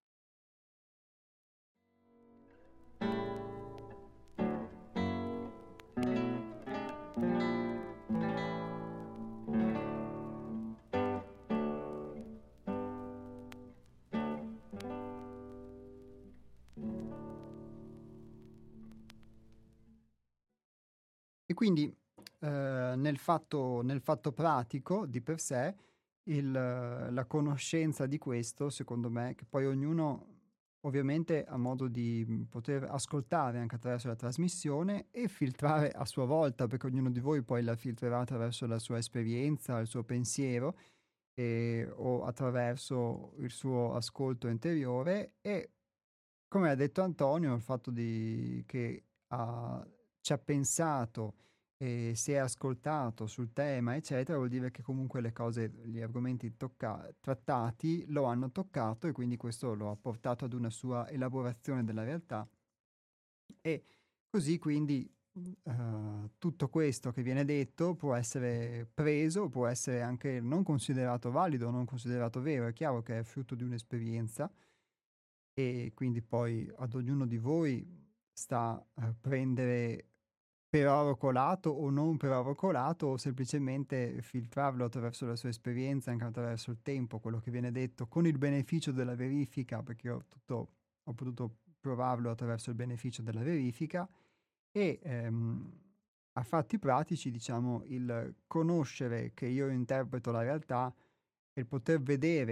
E quindi eh, nel fatto, nel fatto pratico di per sé, il, la conoscenza di questo, secondo me, che poi ognuno ovviamente ha modo di mh, poter ascoltare anche attraverso la trasmissione e filtrare a sua volta, perché ognuno di voi poi la filtrerà attraverso la sua esperienza, il suo pensiero e- o attraverso il suo ascolto interiore. E come ha detto Antonio, il fatto di, che ha, ci ha pensato e si è ascoltato sul tema, eccetera, vuol dire che comunque le cose, gli argomenti tocca- trattati lo hanno toccato, e quindi questo lo ha portato ad una sua elaborazione della realtà. E così quindi mh, eh, tutto questo che viene detto può essere preso, può essere anche non considerato valido, non considerato vero. È chiaro che è frutto di un'esperienza, e quindi poi ad ognuno di voi sta a prendere per oro colato o non per oro colato, o semplicemente filtrarlo attraverso la sua esperienza, anche attraverso il tempo, quello che viene detto, con il beneficio della verifica, perché ho, tutto, ho potuto provarlo attraverso il beneficio della verifica. E ehm, a fatti pratici, diciamo, il conoscere che io interpreto la realtà e il poter vedere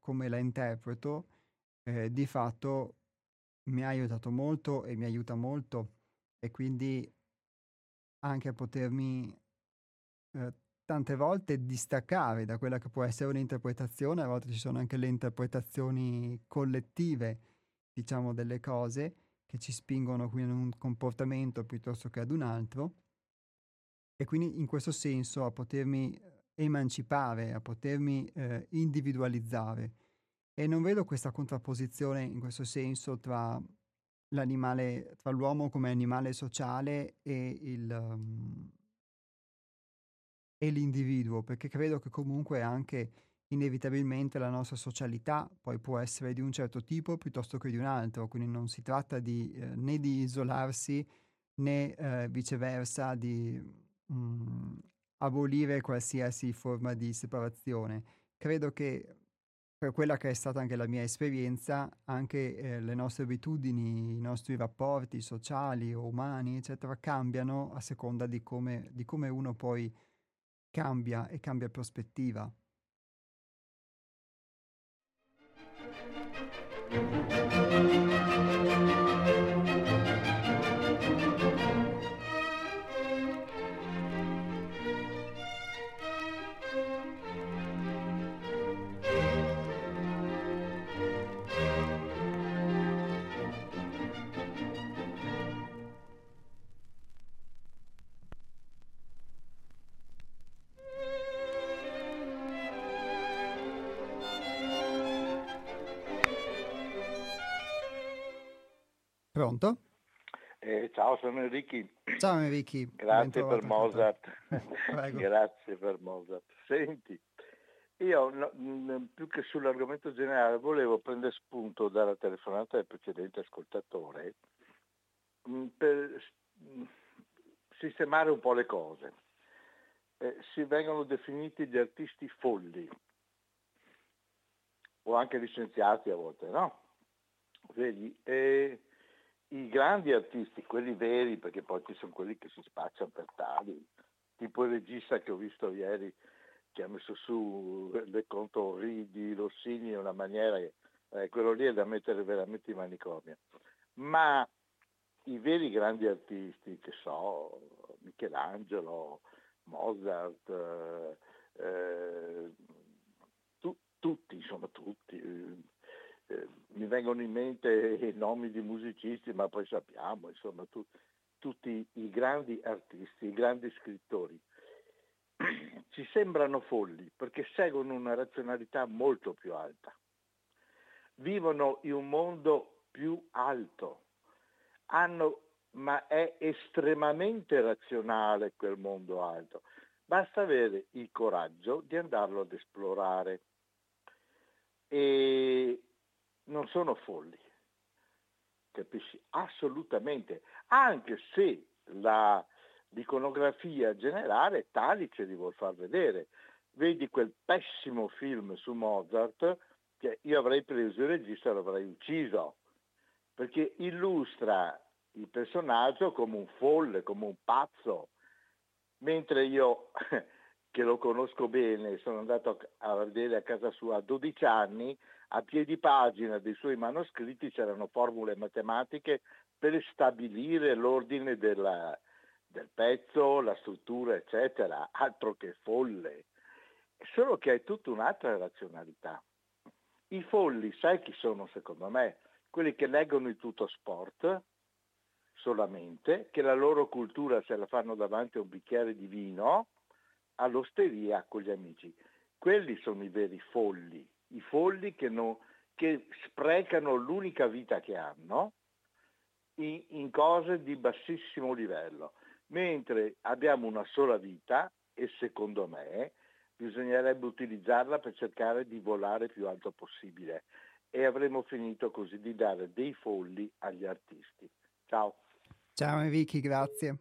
come la interpreto, eh, di fatto mi ha aiutato molto e mi aiuta molto, e quindi anche a potermi eh, tante volte distaccare da quella che può essere un'interpretazione. A volte ci sono anche le interpretazioni collettive, diciamo, delle cose che ci spingono quindi ad un comportamento piuttosto che ad un altro, e quindi in questo senso a potermi eh, emancipare, a potermi eh, individualizzare. E non vedo questa contrapposizione in questo senso tra l'animale, tra l'uomo come animale sociale e il, um, e l'individuo, perché credo che comunque anche inevitabilmente la nostra socialità poi può essere di un certo tipo piuttosto che di un altro, quindi non si tratta di, eh, né di isolarsi né eh, viceversa di mm, abolire qualsiasi forma di separazione. Credo che per quella che è stata anche la mia esperienza, anche eh, le nostre abitudini, i nostri rapporti sociali o umani, eccetera, cambiano a seconda di come, di come uno poi cambia e cambia prospettiva. Pronto? Eh, ciao, sono Enrico. Ciao Enrichi, ben Grazie per trovato anche a te. Mozart. Prego. Grazie per Mozart. Senti, io no, mh, più che sull'argomento generale volevo prendere spunto dalla telefonata del precedente ascoltatore mh, per mh, sistemare un po' le cose. Eh, si vengono definiti gli artisti folli, o anche licenziati a volte, no? Vedi? E i grandi artisti, quelli veri, perché poi ci sono quelli che si spacciano per tali, tipo il regista che ho visto ieri che ha messo su le contorri di Rossini in una maniera che eh, quello lì è da mettere veramente in manicomio. Ma i veri grandi artisti, che so, Michelangelo, Mozart, eh, eh, tu, tutti, sono tutti. Eh, mi vengono in mente i nomi di musicisti, ma poi sappiamo, insomma, tu, tutti i grandi artisti, i grandi scrittori, ci sembrano folli perché seguono una razionalità molto più alta, vivono in un mondo più alto, hanno, ma è estremamente razionale quel mondo alto, basta avere il coraggio di andarlo ad esplorare. E non sono folli, capisci? Assolutamente, anche se la, l'iconografia generale Talice li vuol far vedere. Vedi quel pessimo film su Mozart che io avrei preso il regista e l'avrei ucciso, perché illustra il personaggio come un folle, come un pazzo, mentre io che lo conosco bene, sono andato a vedere a casa sua a dodici anni, a piedi pagina dei suoi manoscritti c'erano formule matematiche per stabilire l'ordine della, del pezzo, la struttura, eccetera, altro che folle. Solo che è tutta un'altra razionalità. I folli, sai chi sono secondo me? Quelli che leggono il tutto sport solamente, che la loro cultura se la fanno davanti a un bicchiere di vino, all'osteria con gli amici. Quelli sono i veri folli, i folli che, non, che sprecano l'unica vita che hanno in, in cose di bassissimo livello, mentre abbiamo una sola vita e secondo me bisognerebbe utilizzarla per cercare di volare più alto possibile e avremo finito così di dare dei folli agli artisti. Ciao. Ciao Enrichi, grazie.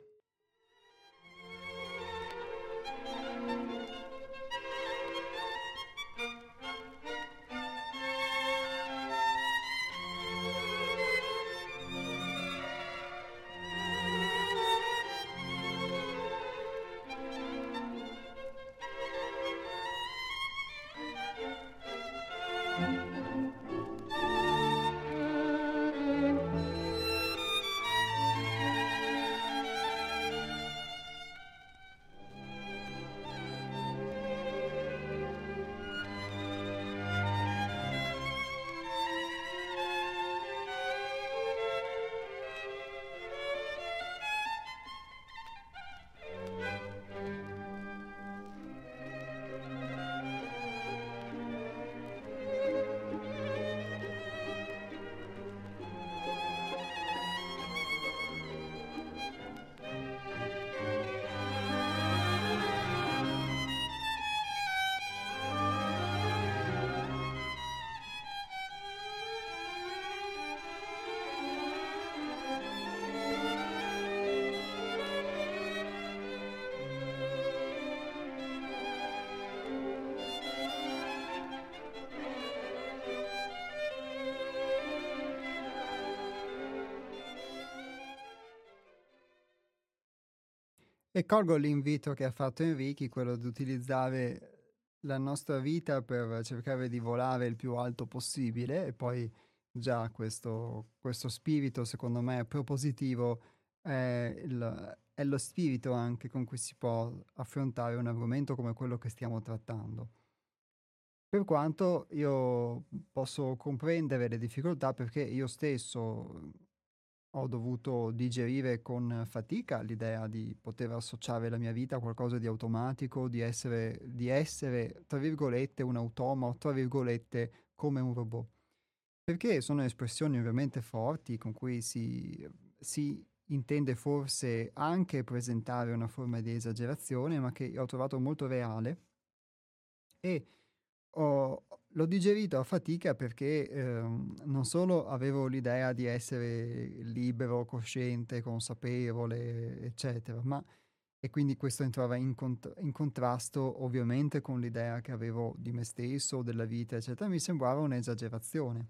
E colgo l'invito che ha fatto Enrichi, quello di utilizzare la nostra vita per cercare di volare il più alto possibile, e poi già questo, questo spirito, secondo me, propositivo è, il- è lo spirito anche con cui si può affrontare un argomento come quello che stiamo trattando. Per quanto io posso comprendere le difficoltà, perché io stesso ho dovuto digerire con fatica l'idea di poter associare la mia vita a qualcosa di automatico, di essere, di essere, tra virgolette, un automa, tra virgolette, come un robot. Perché sono espressioni ovviamente forti con cui si, si intende forse anche presentare una forma di esagerazione, ma che ho trovato molto reale, e ho l'ho digerito a fatica perché, ehm, non solo avevo l'idea di essere libero, cosciente, consapevole, eccetera, ma e quindi questo entrava in cont in contrasto ovviamente con l'idea che avevo di me stesso, della vita, eccetera, mi sembrava un'esagerazione.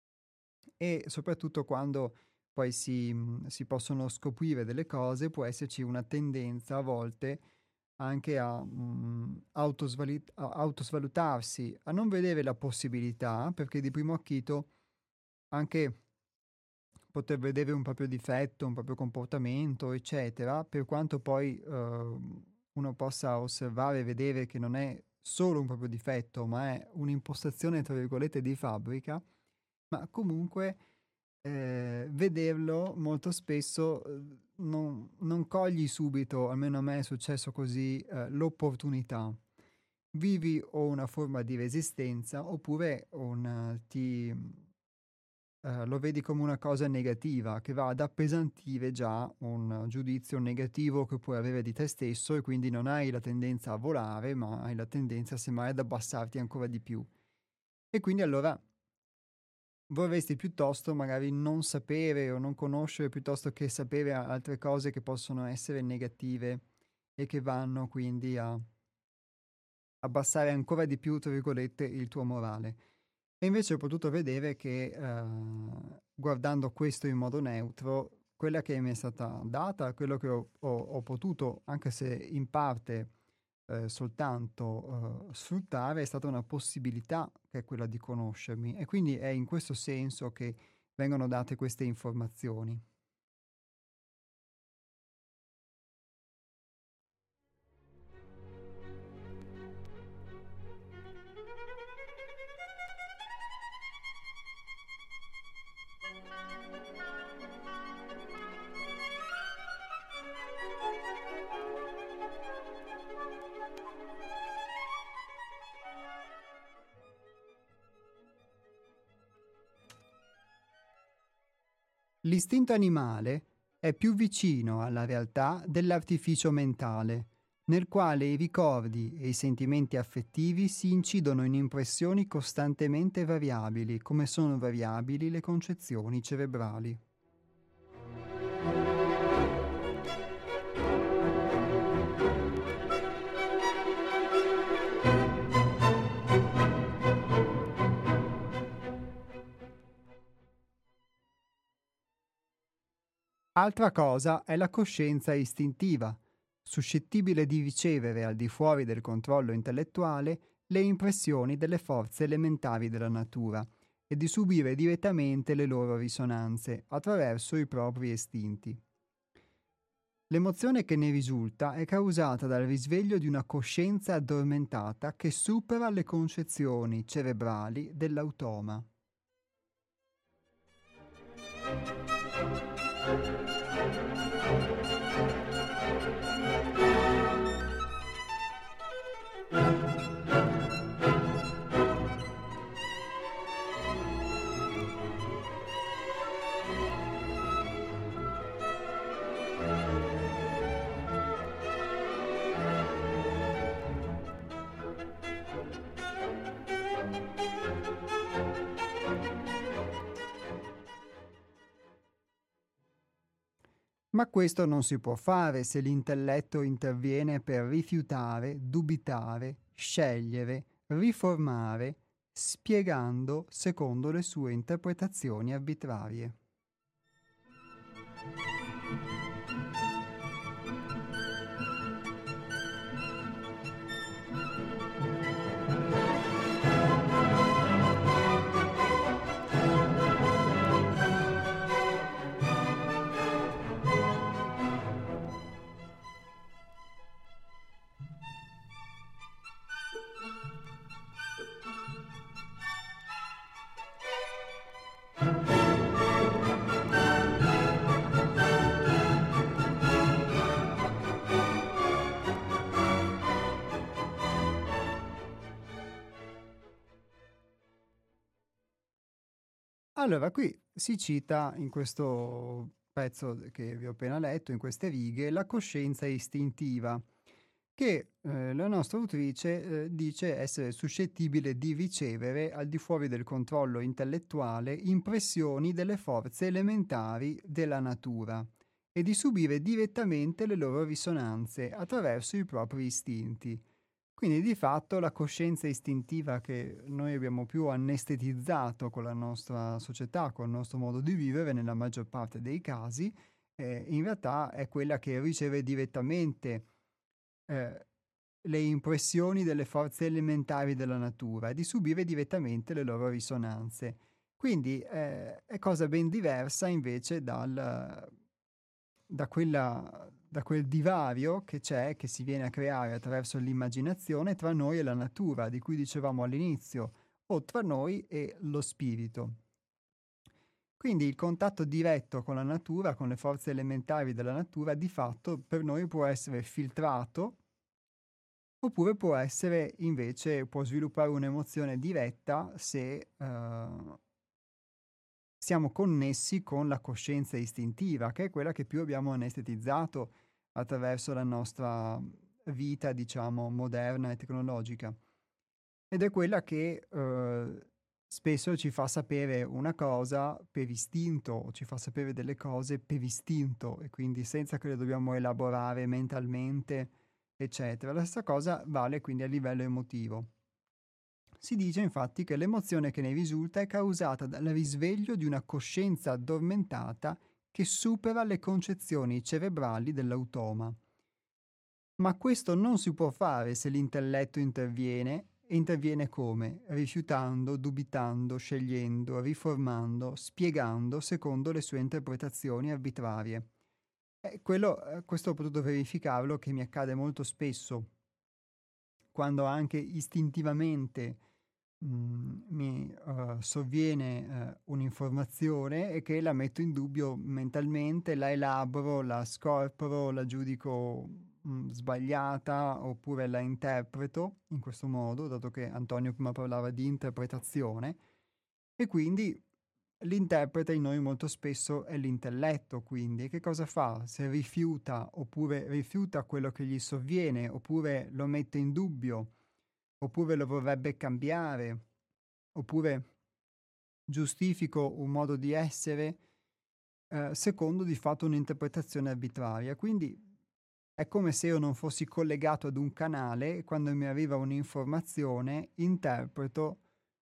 E soprattutto quando poi si mhmm, si possono scoprire delle cose, può esserci una tendenza a volte anche a, mhmm, autosvali a autosvalutarsi, a non vedere la possibilità, perché di primo acchito anche poter vedere un proprio difetto, un proprio comportamento, eccetera, per quanto poi, uhm, uno possa osservare e vedere che non è solo un proprio difetto, ma è un'impostazione, tra virgolette, "di fabbrica", ma comunque, ehm, vederlo molto spesso, uhm, non non cogli subito, almeno a me è successo così, ehm, l'opportunità. Vivi o una forma di resistenza oppure un eh, ti ehm, lo vedi come una cosa negativa che va ad appesantire già un giudizio negativo che puoi avere di te stesso, e quindi non hai la tendenza a volare, ma hai la tendenza semmai ad abbassarti ancora di più. E quindi allora vorresti piuttosto magari non sapere o non conoscere, piuttosto che sapere a altre cose che possono essere negative e che vanno quindi a abbassare ancora di più, tra virgolette, il tuo morale. E invece ho potuto vedere che, ehm, guardando questo in modo neutro, quella che mi è stata data, quello che ho ho ho potuto, anche se in parte, ehm, soltanto, uhm, sfruttare, è stata una possibilità, che è quella di conoscermi, e quindi è in questo senso che vengono date queste informazioni. L'istinto animale è più vicino alla realtà dell'artificio mentale, nel quale i ricordi e i sentimenti affettivi si incidono in impressioni costantemente variabili, come sono variabili le concezioni cerebrali. Altra cosa è la coscienza istintiva, suscettibile di ricevere al di fuori del controllo intellettuale le impressioni delle forze elementari della natura e di subire direttamente le loro risonanze attraverso i propri istinti. L'emozione che ne risulta è causata dal risveglio di una coscienza addormentata che supera le concezioni cerebrali dell'automa. Ma questo non si può fare se l'intelletto interviene per rifiutare, dubitare, scegliere, riformare, spiegando secondo le sue interpretazioni arbitrarie. Allora, qui si cita in questo pezzo che vi ho appena letto, in queste righe, la coscienza istintiva, che eh, la nostra autrice eh, dice essere suscettibile di ricevere, al di fuori del controllo intellettuale, impressioni delle forze elementari della natura e di subire direttamente le loro risonanze attraverso i propri istinti. Quindi di fatto la coscienza istintiva che noi abbiamo più anestetizzato con la nostra società, con il nostro modo di vivere nella maggior parte dei casi, eh, in realtà è quella che riceve direttamente eh, le impressioni delle forze elementari della natura e di subire direttamente le loro risonanze. Quindi eh, è cosa ben diversa invece dal, da quella da quel divario che c'è, che si viene a creare attraverso l'immaginazione tra noi e la natura, di cui dicevamo all'inizio, o tra noi e lo spirito. Quindi il contatto diretto con la natura, con le forze elementari della natura, di fatto per noi può essere filtrato, oppure può essere invece, può sviluppare un'emozione diretta se uh, siamo connessi con la coscienza istintiva, che è quella che più abbiamo anestetizzato attraverso la nostra vita, diciamo, moderna e tecnologica. Ed è quella che eh, spesso ci fa sapere una cosa per istinto, ci fa sapere delle cose per istinto, e quindi senza che le dobbiamo elaborare mentalmente, eccetera. La stessa cosa vale quindi a livello emotivo. Si dice infatti che l'emozione che ne risulta è causata dal risveglio di una coscienza addormentata che supera le concezioni cerebrali dell'automa. Ma questo non si può fare se l'intelletto interviene, e interviene come? Rifiutando, dubitando, scegliendo, riformando, spiegando secondo le sue interpretazioni arbitrarie. E quello, eh, questo ho potuto verificarlo, che mi accade molto spesso, quando anche istintivamente mh, mi uh, sovviene uh, un'informazione e che la metto in dubbio mentalmente, la elaboro, la scorporo, la giudico mh, sbagliata, oppure la interpreto in questo modo, dato che Antonio prima parlava di interpretazione, e quindi l'interprete in noi molto spesso è l'intelletto. Quindi che cosa fa? Se rifiuta, oppure rifiuta quello che gli sovviene, oppure lo mette in dubbio, oppure lo vorrebbe cambiare, oppure giustifico un modo di essere eh, secondo di fatto un'interpretazione arbitraria. Quindi è come se io non fossi collegato ad un canale e quando mi arriva un'informazione interpreto,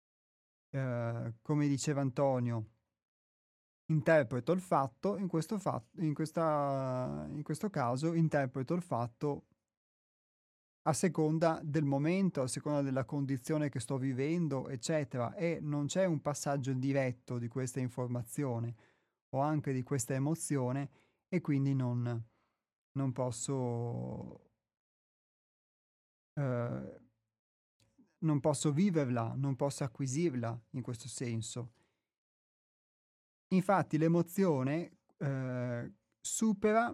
eh, come diceva Antonio, interpreto il fatto, in questo, fatto, in, questa, in questo caso interpreto il fatto a seconda del momento, a seconda della condizione che sto vivendo, eccetera, e non c'è un passaggio diretto di questa informazione o anche di questa emozione e quindi non, non posso, eh, non posso viverla, non posso acquisirla in questo senso. Infatti l'emozione eh, supera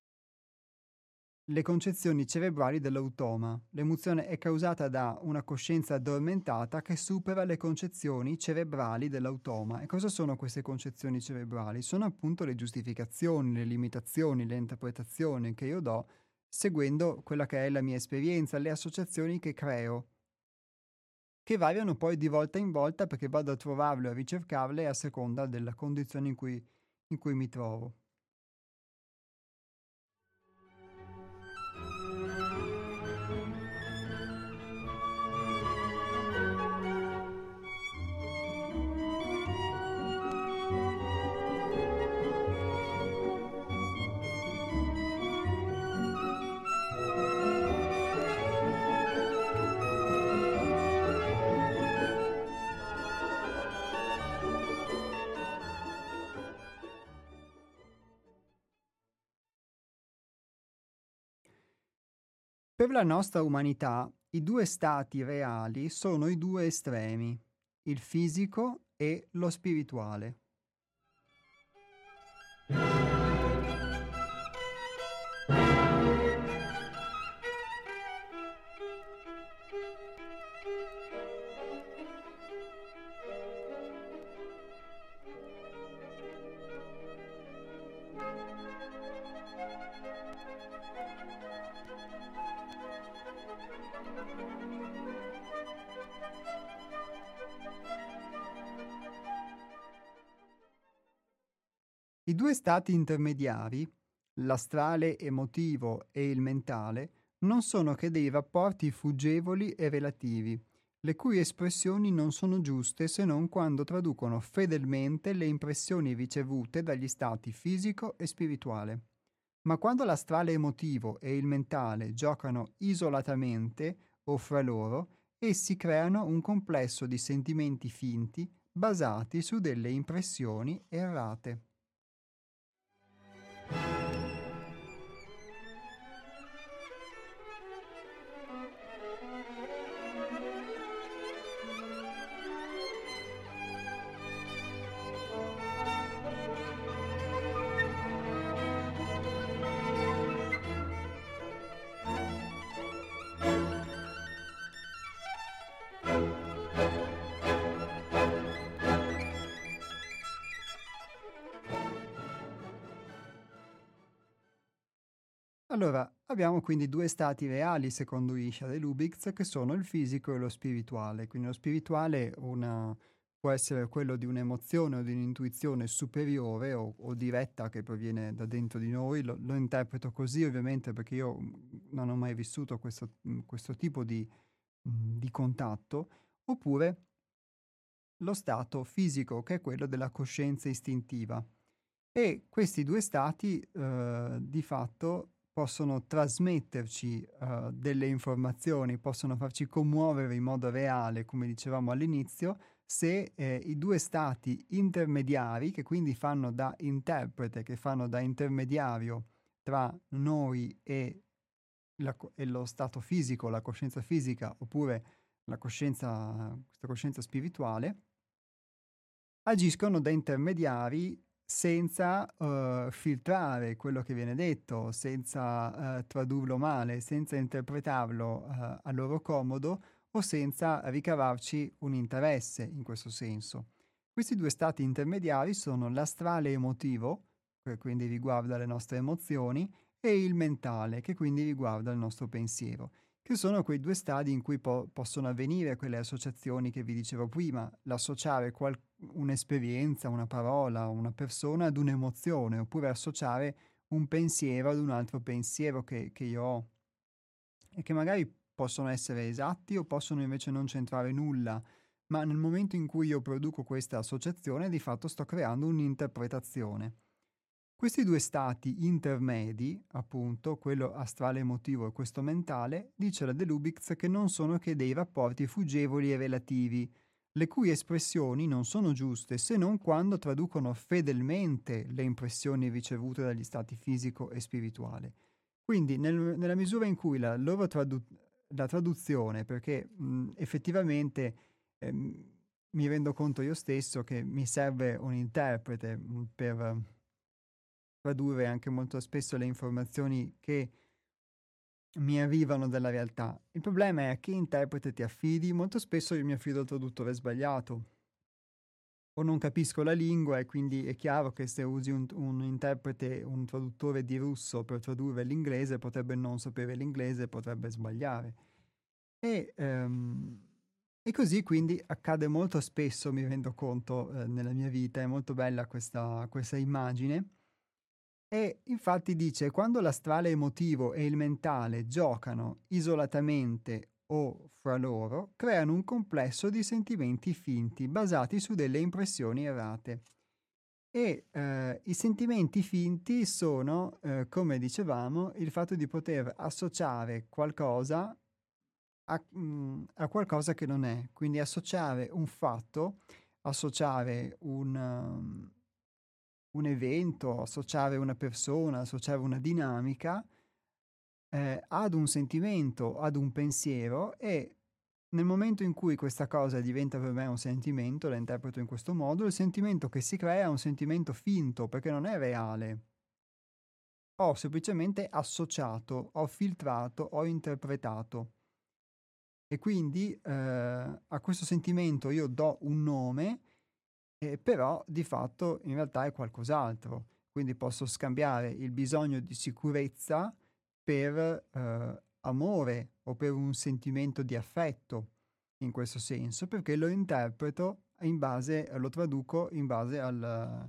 le concezioni cerebrali dell'automa. L'emozione è causata da una coscienza addormentata che supera le concezioni cerebrali dell'automa. E cosa sono queste concezioni cerebrali? Sono appunto le giustificazioni, le limitazioni, le interpretazioni che io do seguendo quella che è la mia esperienza, le associazioni che creo, che variano poi di volta in volta perché vado a trovarle, a ricercarle a seconda della condizione in cui, in cui mi trovo. Per la nostra umanità, i due stati reali sono i due estremi, il fisico e lo spirituale. I due stati intermediari, l'astrale emotivo e il mentale, non sono che dei rapporti fuggevoli e relativi, le cui espressioni non sono giuste se non quando traducono fedelmente le impressioni ricevute dagli stati fisico e spirituale. Ma quando l'astrale emotivo e il mentale giocano isolatamente o fra loro, essi creano un complesso di sentimenti finti basati su delle impressioni errate. Allora, abbiamo quindi due stati reali, secondo Ishar e Lubitz, che sono il fisico e lo spirituale. Quindi lo spirituale una, può essere quello di un'emozione o di un'intuizione superiore o, o diretta che proviene da dentro di noi. Lo, lo interpreto così ovviamente perché io non ho mai vissuto questo, questo tipo di, di contatto. Oppure lo stato fisico, che è quello della coscienza istintiva. E questi due stati eh, di fatto possono trasmetterci uh, delle informazioni, possono farci commuovere in modo reale, come dicevamo all'inizio, se eh, i due stati intermediari, che quindi fanno da interprete, che fanno da intermediario tra noi e, la, e lo stato fisico, la coscienza fisica, oppure la coscienza, questa coscienza spirituale, agiscono da intermediari senza uh, filtrare quello che viene detto, senza uh, tradurlo male, senza interpretarlo uh, a loro comodo o senza ricavarci un interesse in questo senso. Questi due stati intermediari sono l'astrale emotivo, che quindi riguarda le nostre emozioni, e il mentale, che quindi riguarda il nostro pensiero, che sono quei due stadi in cui po- possono avvenire quelle associazioni che vi dicevo prima, l'associare qual- un'esperienza, una parola, una persona ad un'emozione, oppure associare un pensiero ad un altro pensiero che, che io ho, e che magari possono essere esatti o possono invece non centrare nulla, ma nel momento in cui io produco questa associazione, di fatto sto creando un'interpretazione. Questi due stati intermedi, appunto, quello astrale emotivo e questo mentale, dice la De Lubitz che non sono che dei rapporti fuggevoli e relativi, le cui espressioni non sono giuste se non quando traducono fedelmente le impressioni ricevute dagli stati fisico e spirituale. Quindi nel- nella misura in cui la loro tradu- la traduzione, perché mh, effettivamente ehm, mi rendo conto io stesso che mi serve un interprete mh, per tradurre anche molto spesso le informazioni che mi arrivano dalla realtà. Il problema è a che interprete ti affidi. Molto spesso io mi affido al traduttore sbagliato o non capisco la lingua e quindi è chiaro che se usi un, un interprete, un traduttore di russo per tradurre l'inglese, potrebbe non sapere l'inglese, potrebbe sbagliare. E, ehm, e così quindi accade molto spesso, mi rendo conto, eh, nella mia vita, è molto bella questa, questa immagine. E infatti dice, quando l'astrale emotivo e il mentale giocano isolatamente o fra loro, creano un complesso di sentimenti finti basati su delle impressioni errate. E eh, i sentimenti finti sono, eh, come dicevamo, il fatto di poter associare qualcosa a, mm, a qualcosa che non è. Quindi associare un fatto, associare un, um, un evento, associare una persona, associare una dinamica eh, ad un sentimento, ad un pensiero e nel momento in cui questa cosa diventa per me un sentimento, la interpreto in questo modo, il sentimento che si crea è un sentimento finto perché non è reale. Ho semplicemente associato, ho filtrato, ho interpretato. E quindi eh, a questo sentimento io do un nome, eh, però di fatto in realtà è qualcos'altro. Quindi posso scambiare il bisogno di sicurezza per eh, amore o per un sentimento di affetto in questo senso, perché lo interpreto in base, lo traduco in base al,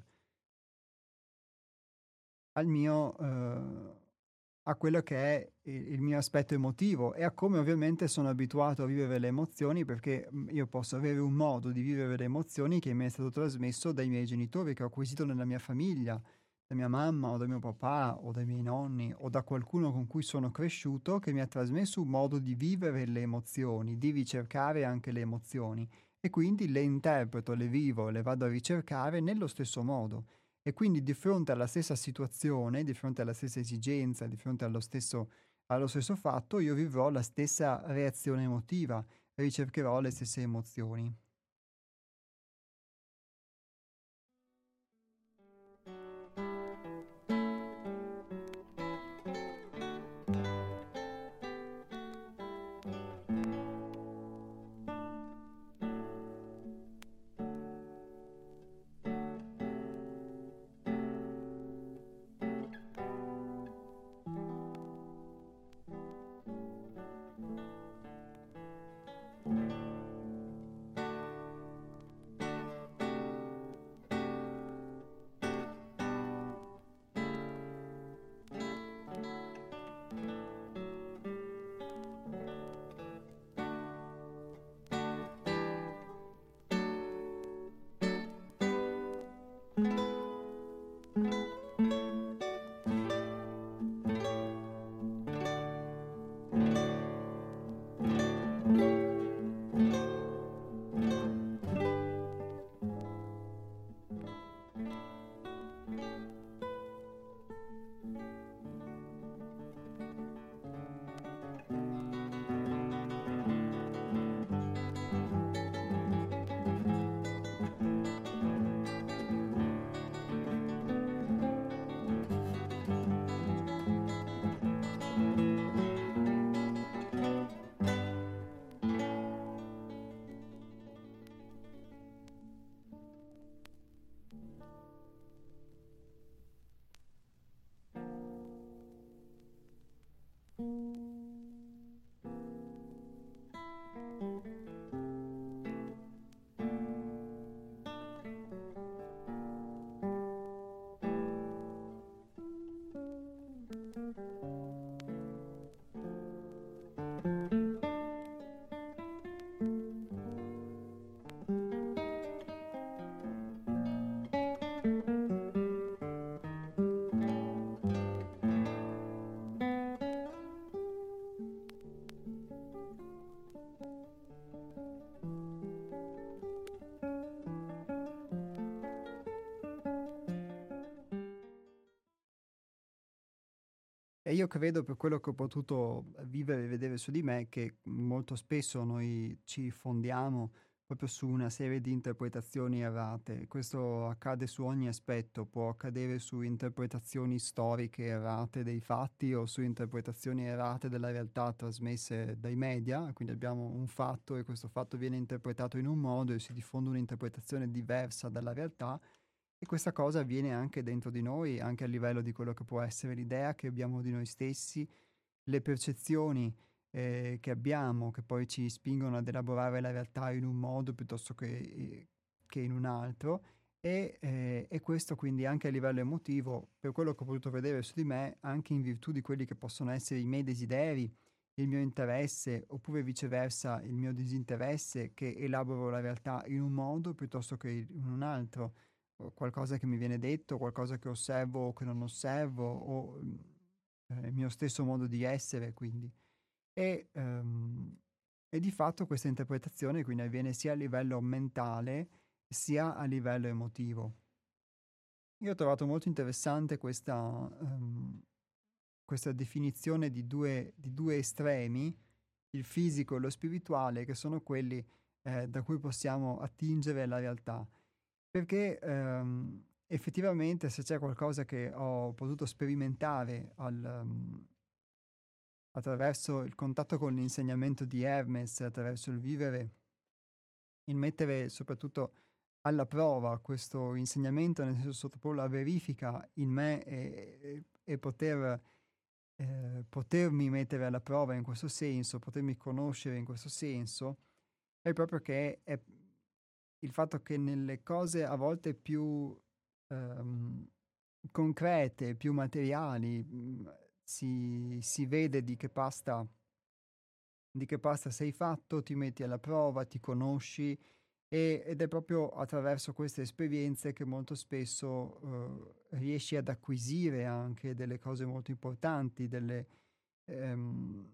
al mio, eh, a quello che è il, il mio aspetto emotivo e a come ovviamente sono abituato a vivere le emozioni, perché mh, io posso avere un modo di vivere le emozioni che mi è stato trasmesso dai miei genitori, che ho acquisito nella mia famiglia, da mia mamma o da mio papà o dai miei nonni o da qualcuno con cui sono cresciuto che mi ha trasmesso un modo di vivere le emozioni, di ricercare anche le emozioni e quindi le interpreto, le vivo, le vado a ricercare nello stesso modo. E quindi di fronte alla stessa situazione, di fronte alla stessa esigenza, di fronte allo stesso, allo stesso fatto, io vivrò la stessa reazione emotiva, ricercherò le stesse emozioni. E io credo, per quello che ho potuto vivere e vedere su di me, che molto spesso noi ci fondiamo proprio su una serie di interpretazioni errate. Questo accade su ogni aspetto, può accadere su interpretazioni storiche errate dei fatti o su interpretazioni errate della realtà trasmesse dai media. Quindi abbiamo un fatto e questo fatto viene interpretato in un modo e si diffonde un'interpretazione diversa dalla realtà. E questa cosa avviene anche dentro di noi, anche a livello di quello che può essere l'idea che abbiamo di noi stessi, le percezioni eh, che abbiamo, che poi ci spingono ad elaborare la realtà in un modo piuttosto che, eh, che in un altro. E, eh, e questo quindi anche a livello emotivo, per quello che ho potuto vedere su di me, anche in virtù di quelli che possono essere i miei desideri, il mio interesse, oppure viceversa il mio disinteresse, che elaboro la realtà in un modo piuttosto che in un altro, o qualcosa che mi viene detto, qualcosa che osservo o che non osservo, o mm, eh, il mio stesso modo di essere, quindi. E, ehm, e di fatto questa interpretazione quindi avviene sia a livello mentale sia a livello emotivo. Io ho trovato molto interessante questa, ehm, questa definizione di due, di due estremi, il fisico e lo spirituale, che sono quelli eh, da cui possiamo attingere la realtà. Perché ehm, effettivamente se c'è qualcosa che ho potuto sperimentare al, um, attraverso il contatto con l'insegnamento di Hermes, attraverso il vivere, il mettere soprattutto alla prova questo insegnamento, nel senso sottoporlo alla verifica in me e, e- e poter, eh, potermi mettere alla prova in questo senso, potermi conoscere in questo senso, è proprio che è il fatto che nelle cose a volte più ehm, concrete, più materiali, mh, si, si vede di che pasta, di che pasta sei fatto, ti metti alla prova, ti conosci e- ed è proprio attraverso queste esperienze che molto spesso eh, riesci ad acquisire anche delle cose molto importanti, delle, ehm,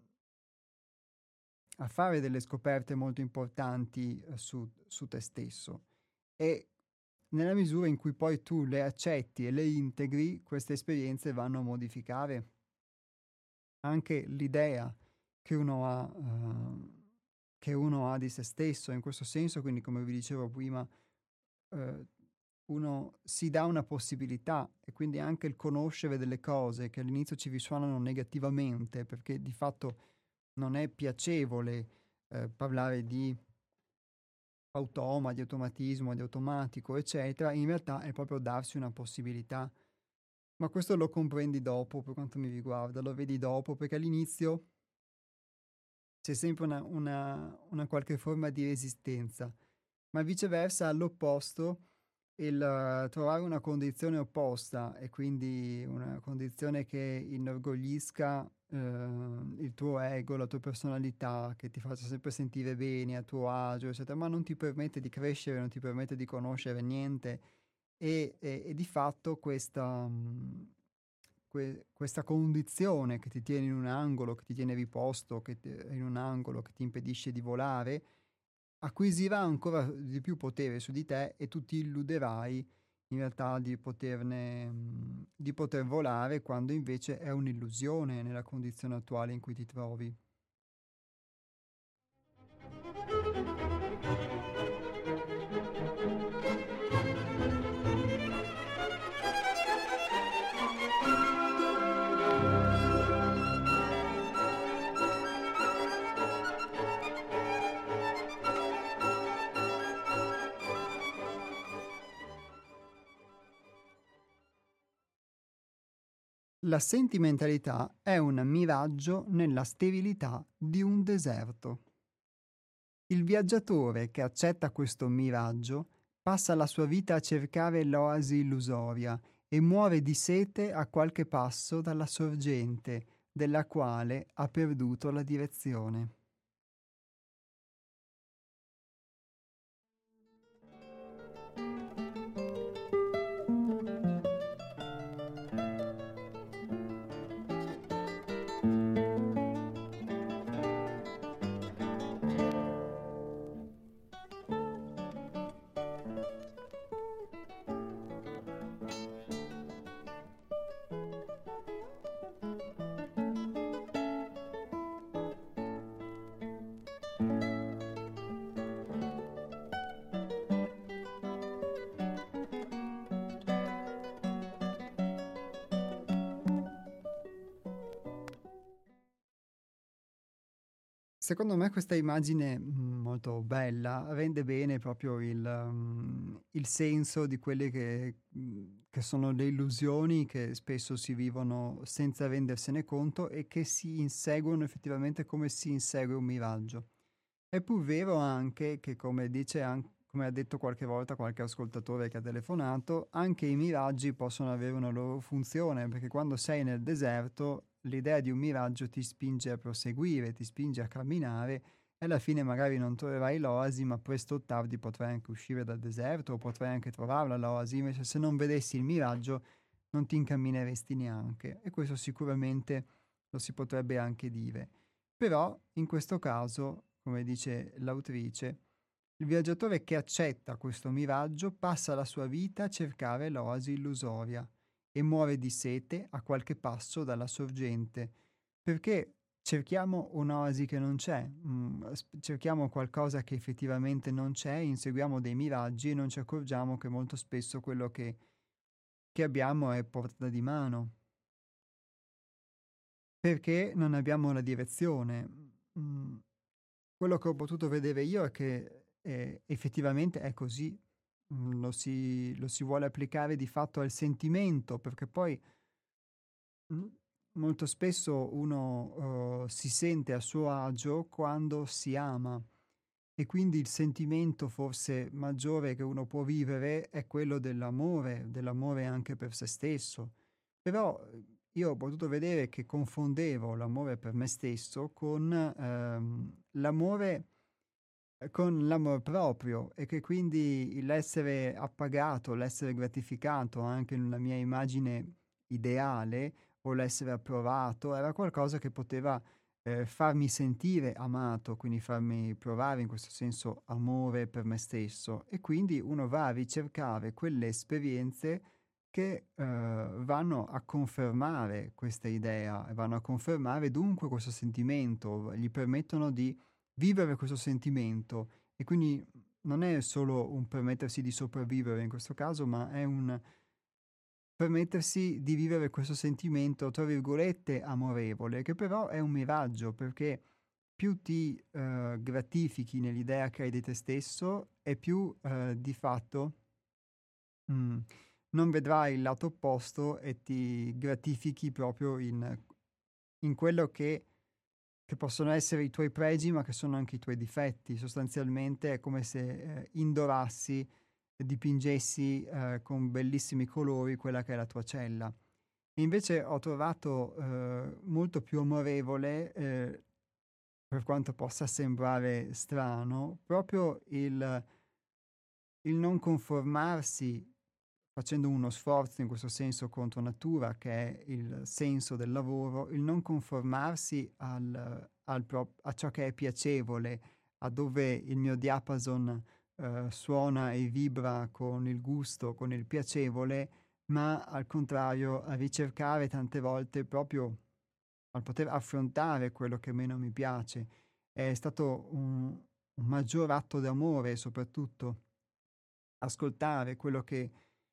a fare delle scoperte molto importanti eh, su, su te stesso. E nella misura in cui poi tu le accetti e le integri, queste esperienze vanno a modificare anche l'idea che uno ha, eh, che uno ha di se stesso. In questo senso, quindi, come vi dicevo prima, eh, uno si dà una possibilità e quindi anche il conoscere delle cose che all'inizio ci risuonano negativamente, perché di fatto non è piacevole eh, parlare di automa, di automatismo, di automatico, eccetera, in realtà è proprio darsi una possibilità. Ma questo lo comprendi dopo, per quanto mi riguarda, lo vedi dopo, perché all'inizio c'è sempre una, una, una qualche forma di resistenza, ma viceversa all'opposto, il eh, trovare una condizione opposta e quindi una condizione che inorgoglisca eh, il tuo ego, la tua personalità, che ti faccia sempre sentire bene, a tuo agio, eccetera, ma non ti permette di crescere, non ti permette di conoscere niente e, e- e di fatto questa, mh, que- questa condizione che ti tiene in un angolo, che ti tiene riposto, che ti- in un angolo, che ti impedisce di volare, acquisirà ancora di più potere su di te e tu ti illuderai in realtà di poterne, mh, di poter volare quando invece è un'illusione nella condizione attuale in cui ti trovi. La sentimentalità è un miraggio nella sterilità di un deserto. Il viaggiatore che accetta questo miraggio passa la sua vita a cercare l'oasi illusoria e muore di sete a qualche passo dalla sorgente, della quale ha perduto la direzione. secondo me questa immagine mm, molto bella rende bene proprio il, mm, il senso di quelle che, mm, che sono le illusioni che spesso si vivono senza rendersene conto e che si inseguono effettivamente come si insegue un miraggio. È pur vero anche che, come dice an- come ha detto qualche volta qualche ascoltatore che ha telefonato, anche i miraggi possono avere una loro funzione, perché quando sei nel deserto l'idea di un miraggio ti spinge a proseguire, ti spinge a camminare e alla fine magari non troverai l'oasi, ma presto o tardi potrai anche uscire dal deserto o potrai anche trovarla l'oasi, invece se non vedessi il miraggio non ti incammineresti neanche e questo sicuramente lo si potrebbe anche dire. Però in questo caso, come dice l'autrice, il viaggiatore che accetta questo miraggio passa la sua vita a cercare l'oasi illusoria e muore di sete a qualche passo dalla sorgente, perché cerchiamo un'oasi che non c'è, mm, s- cerchiamo qualcosa che effettivamente non c'è, inseguiamo dei miraggi e non ci accorgiamo che molto spesso quello che, che abbiamo è a portata di mano, perché non abbiamo la direzione. Mm, quello che ho potuto vedere io è che eh, effettivamente è così. Mm, lo si, lo si vuole applicare di fatto al sentimento, perché poi mm, molto spesso uno eh, si sente a suo agio quando si ama e quindi il sentimento forse maggiore che uno può vivere è quello dell'amore, dell'amore anche per se stesso. Però eh, io ho potuto vedere che confondevo l'amore per me stesso con ehm, l'amore eh, con l'amor proprio e che quindi l'essere appagato, l'essere gratificato anche nella mia immagine ideale o l'essere approvato era qualcosa che poteva eh, farmi sentire amato, quindi farmi provare in questo senso amore per me stesso e quindi uno va a ricercare quelle esperienze che eh, vanno a confermare questa idea, vanno a confermare dunque questo sentimento, gli permettono di vivere questo sentimento e quindi non è solo un permettersi di sopravvivere in questo caso, ma è un permettersi di vivere questo sentimento, tra virgolette, amorevole, che però è un miraggio, perché più ti eh, gratifichi nell'idea che hai di te stesso e più eh, di fatto mm, non vedrai il lato opposto e ti gratifichi proprio in, in quello che che possono essere i tuoi pregi, ma che sono anche i tuoi difetti. Sostanzialmente è come se eh, indorassi e dipingessi eh, con bellissimi colori quella che è la tua cella. E invece ho trovato eh, molto più amorevole, eh, per quanto possa sembrare strano, proprio il, il non conformarsi facendo uno sforzo in questo senso contro natura, che è il senso del lavoro, il non conformarsi al, al pro- a ciò che è piacevole, a dove il mio diapason eh, suona e vibra con il gusto, con il piacevole, ma al contrario a ricercare tante volte proprio al poter affrontare quello che meno mi piace. È stato un, un maggior atto d'amore, soprattutto ascoltare quello che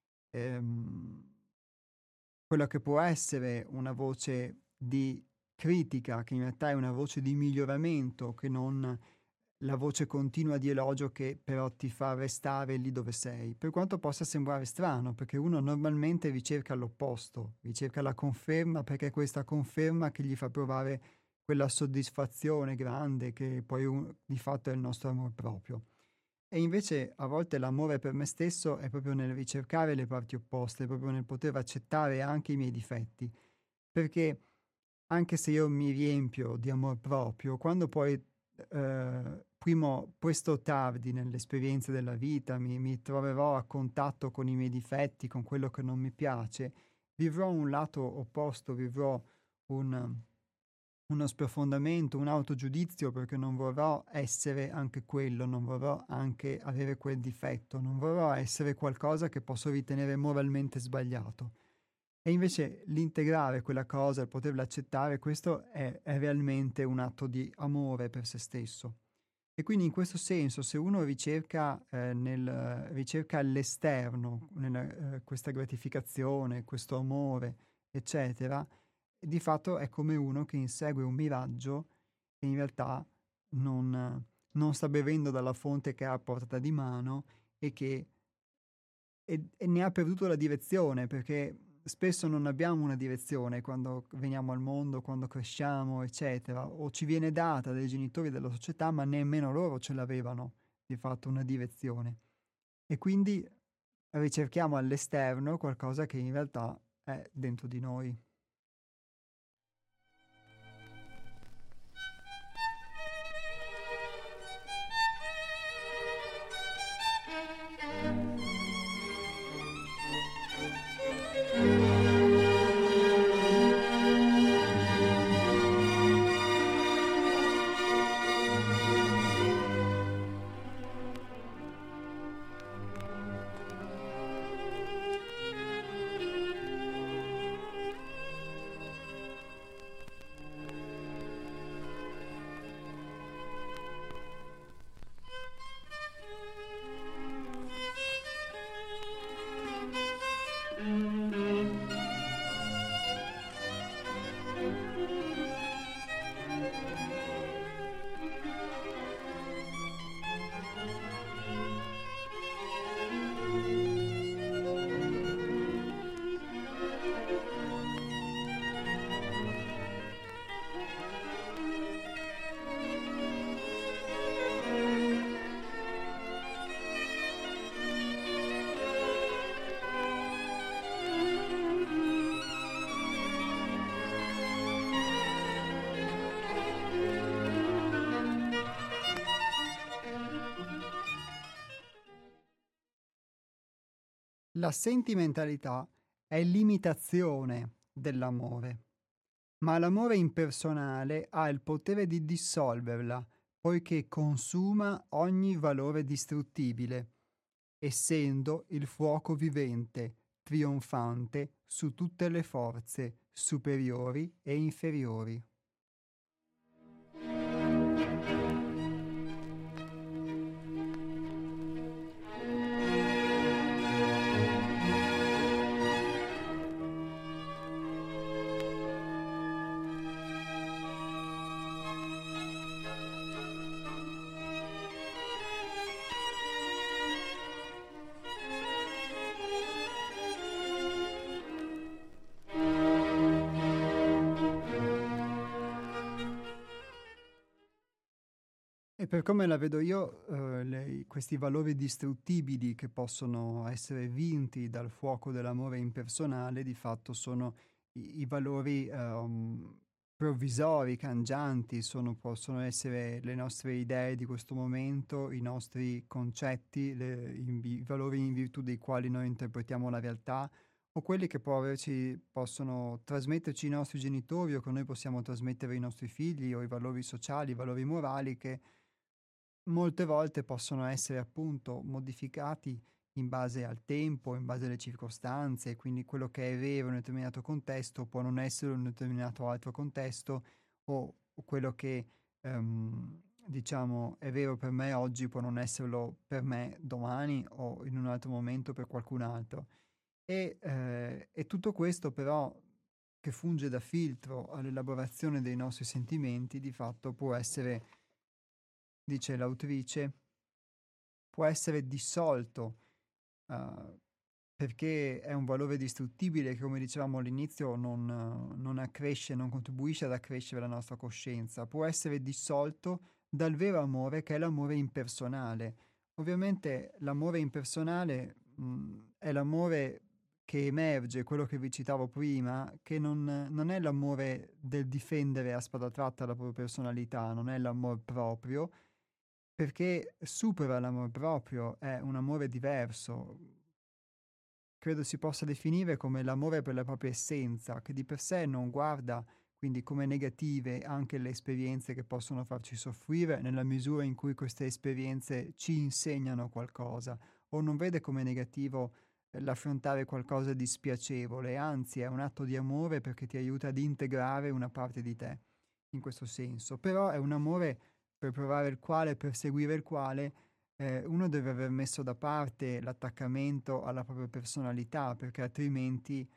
ehm, quello che può essere una voce di critica, che in realtà è una voce di miglioramento, che non la voce continua di elogio che però ti fa restare lì dove sei. Per quanto possa sembrare strano, perché uno normalmente ricerca l'opposto, ricerca la conferma perché è questa conferma che gli fa provare quella soddisfazione grande che poi un- di fatto è il nostro amor proprio. E invece a volte l'amore per me stesso è proprio nel ricercare le parti opposte, proprio nel poter accettare anche i miei difetti, perché anche se io mi riempio di amor proprio, quando poi eh, primo, presto o tardi nell'esperienza della vita mi, mi troverò a contatto con i miei difetti, con quello che non mi piace, vivrò un lato opposto, vivrò un uno sprofondamento, un autogiudizio perché non vorrò essere anche quello, non vorrò anche avere quel difetto, non vorrò essere qualcosa che posso ritenere moralmente sbagliato. E invece l'integrare quella cosa, il poterla accettare, questo è, è realmente un atto di amore per se stesso. E quindi in questo senso, se uno ricerca, eh, nel, ricerca all'esterno nella, eh, questa gratificazione, questo amore, eccetera, di fatto è come uno che insegue un miraggio e in realtà non, non sta bevendo dalla fonte che ha a portata di mano e che e, e ne ha perduto la direzione, perché spesso non abbiamo una direzione quando veniamo al mondo, quando cresciamo, eccetera, o ci viene data dai genitori della società, ma nemmeno loro ce l'avevano di fatto una direzione. E quindi ricerchiamo all'esterno qualcosa che in realtà è dentro di noi. La sentimentalità è l'imitazione dell'amore, ma l'amore impersonale ha il potere di dissolverla, poiché consuma ogni valore distruttibile, essendo il fuoco vivente, trionfante su tutte le forze superiori e inferiori. E per come la vedo io, eh, le- questi valori distruttibili che possono essere vinti dal fuoco dell'amore impersonale, di fatto sono i, i valori ehm, provvisori, cangianti, sono- possono essere le nostre idee di questo momento, i nostri concetti, le- i, i valori in virtù dei quali noi interpretiamo la realtà, o quelli che può averci- possono trasmetterci i nostri genitori o che noi possiamo trasmettere ai nostri figli, o i valori sociali, i valori morali che molte volte possono essere appunto modificati in base al tempo, in base alle circostanze, quindi quello che è vero in un determinato contesto può non essere in un determinato altro contesto, o o quello che ehm, diciamo è vero per me oggi può non esserlo per me domani o in un altro momento per qualcun altro. E, eh, e tutto questo però che funge da filtro all'elaborazione dei nostri sentimenti, di fatto può essere, dice l'autrice, può essere dissolto, uh, perché è un valore distruttibile che, come dicevamo all'inizio, non, uh, non accresce, non contribuisce ad accrescere la nostra coscienza. Può essere dissolto dal vero amore, che è l'amore impersonale. Ovviamente l'amore impersonale mh, è l'amore che emerge, quello che vi citavo prima, che non, non è l'amore del difendere a spada tratta la propria personalità, non è l'amor proprio, perché supera l'amor proprio, è un amore diverso. Credo si possa definire come l'amore per la propria essenza, che di per sé non guarda quindi come negative anche le esperienze che possono farci soffrire, nella misura in cui queste esperienze ci insegnano qualcosa, o non vede come negativo eh, l'affrontare qualcosa di spiacevole, anzi è un atto di amore perché ti aiuta ad integrare una parte di te, in questo senso. Però è un amore per provare il quale, per seguire il quale, eh, uno deve aver messo da parte l'attaccamento alla propria personalità, perché altrimenti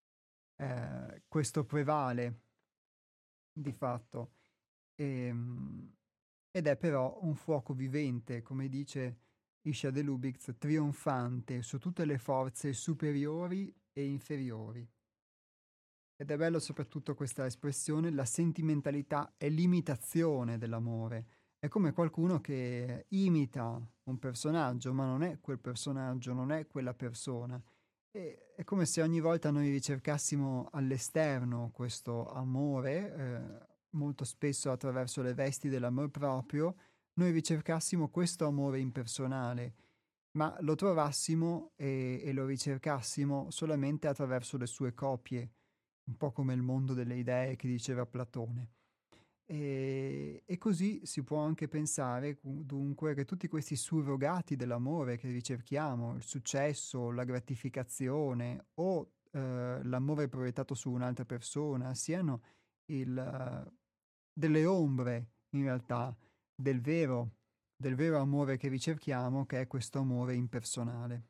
eh, questo prevale di fatto. E, ed è però un fuoco vivente, come dice Isha de Lubitz, trionfante su tutte le forze superiori e inferiori. Ed è bello soprattutto questa espressione, la sentimentalità è l'imitazione dell'amore. È come qualcuno che imita un personaggio, ma non è quel personaggio, non è quella persona. E è come se ogni volta noi ricercassimo all'esterno questo amore, eh, molto spesso attraverso le vesti dell'amor proprio, noi ricercassimo questo amore impersonale, ma lo trovassimo e, e lo ricercassimo solamente attraverso le sue copie, un po' come il mondo delle idee che diceva Platone. E, e così si può anche pensare cu- dunque che tutti questi surrogati dell'amore che ricerchiamo, il successo, la gratificazione o eh, l'amore proiettato su un'altra persona, siano il, eh, delle ombre in realtà del vero, del vero amore che ricerchiamo, che è questo amore impersonale.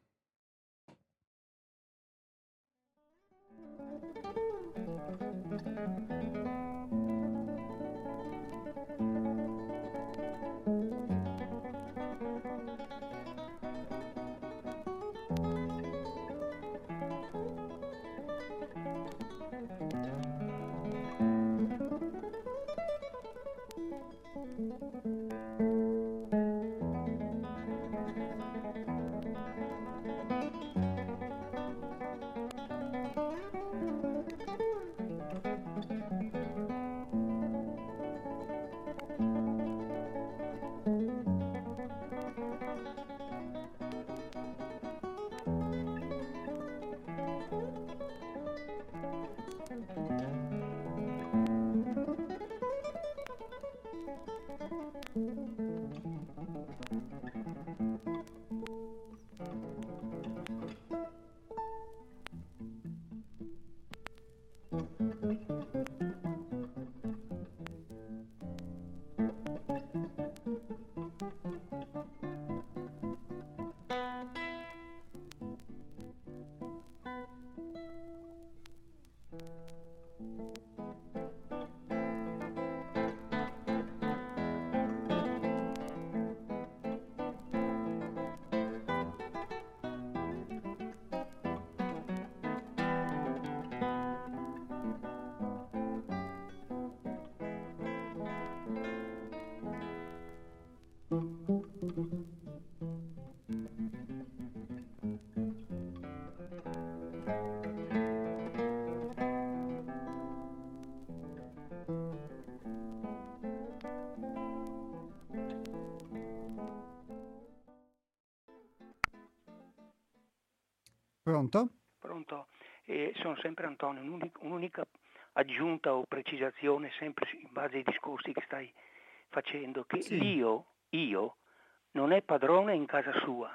Pronto? Pronto? Eh, sono sempre Antonio, un'unica, un'unica aggiunta o precisazione, sempre in base ai discorsi che stai facendo, che Sì. l'io, io, non è padrone in casa sua.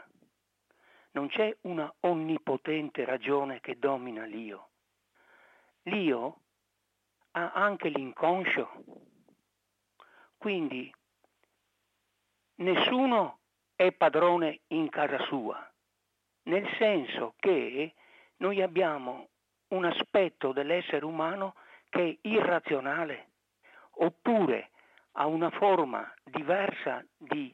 Non c'è una onnipotente ragione che domina l'io. L'io ha anche l'inconscio. Quindi nessuno è padrone in casa sua, nel senso che noi abbiamo un aspetto dell'essere umano che è irrazionale, oppure ha una forma diversa di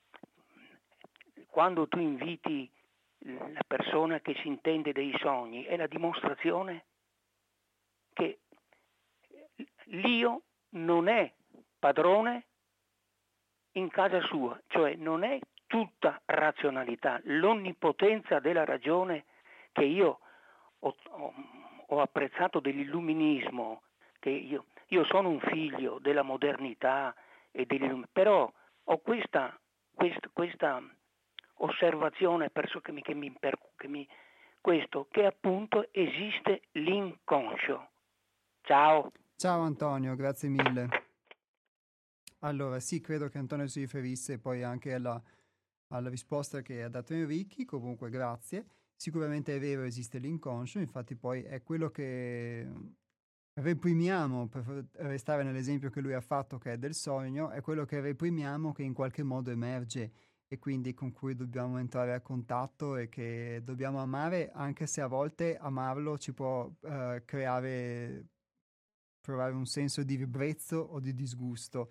quando tu inviti la persona che si intende dei sogni, è la dimostrazione che l'io non è padrone in casa sua, cioè non è tutta razionalità, l'onnipotenza della ragione che io ho, ho, ho apprezzato dell'illuminismo, che io, io sono un figlio della modernità e dell'illuminismo, però ho questa, questa, questa osservazione perso che mi, che mi, che mi, questo, che appunto esiste l'inconscio. Ciao. Ciao Antonio, grazie mille. Allora, sì, credo che Antonio si riferisse poi anche alla, alla risposta che ha dato Enrichi, comunque grazie. Sicuramente è vero, esiste l'inconscio, infatti poi è quello che reprimiamo, per restare nell'esempio che lui ha fatto che è del sogno, è quello che reprimiamo che in qualche modo emerge e quindi con cui dobbiamo entrare a contatto e che dobbiamo amare, anche se a volte amarlo ci può eh, creare, provare un senso di ribrezzo o di disgusto.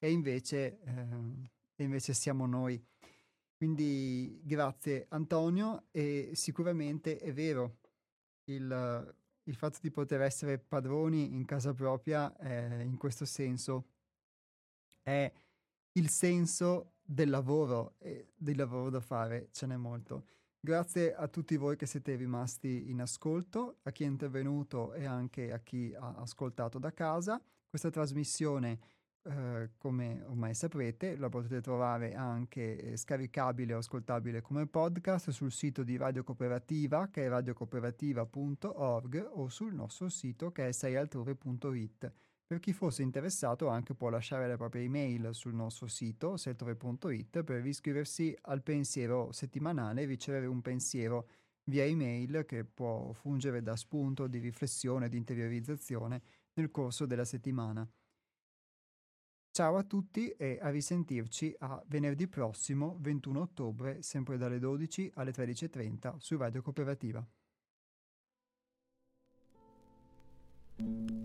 e invece, eh, e invece siamo noi. Quindi grazie Antonio, e sicuramente è vero, il, il fatto di poter essere padroni in casa propria, eh, in questo senso, è il senso del lavoro, e del lavoro da fare ce n'è molto. Grazie a tutti voi che siete rimasti in ascolto, a chi è intervenuto e anche a chi ha ascoltato da casa. Questa trasmissione, eh, come ormai saprete, la potete trovare anche eh, scaricabile o ascoltabile come podcast sul sito di Radio Cooperativa, che è radiocooperativa punto org, o sul nostro sito, che è sei altrove punto it. Per chi fosse interessato anche può lasciare la propria email sul nostro sito sei altrove punto it per iscriversi al pensiero settimanale e ricevere un pensiero via email che può fungere da spunto di riflessione, di interiorizzazione nel corso della settimana. Ciao a tutti e a risentirci a venerdì prossimo, ventuno ottobre, sempre dalle dodici alle tredici e trenta su Radio Cooperativa.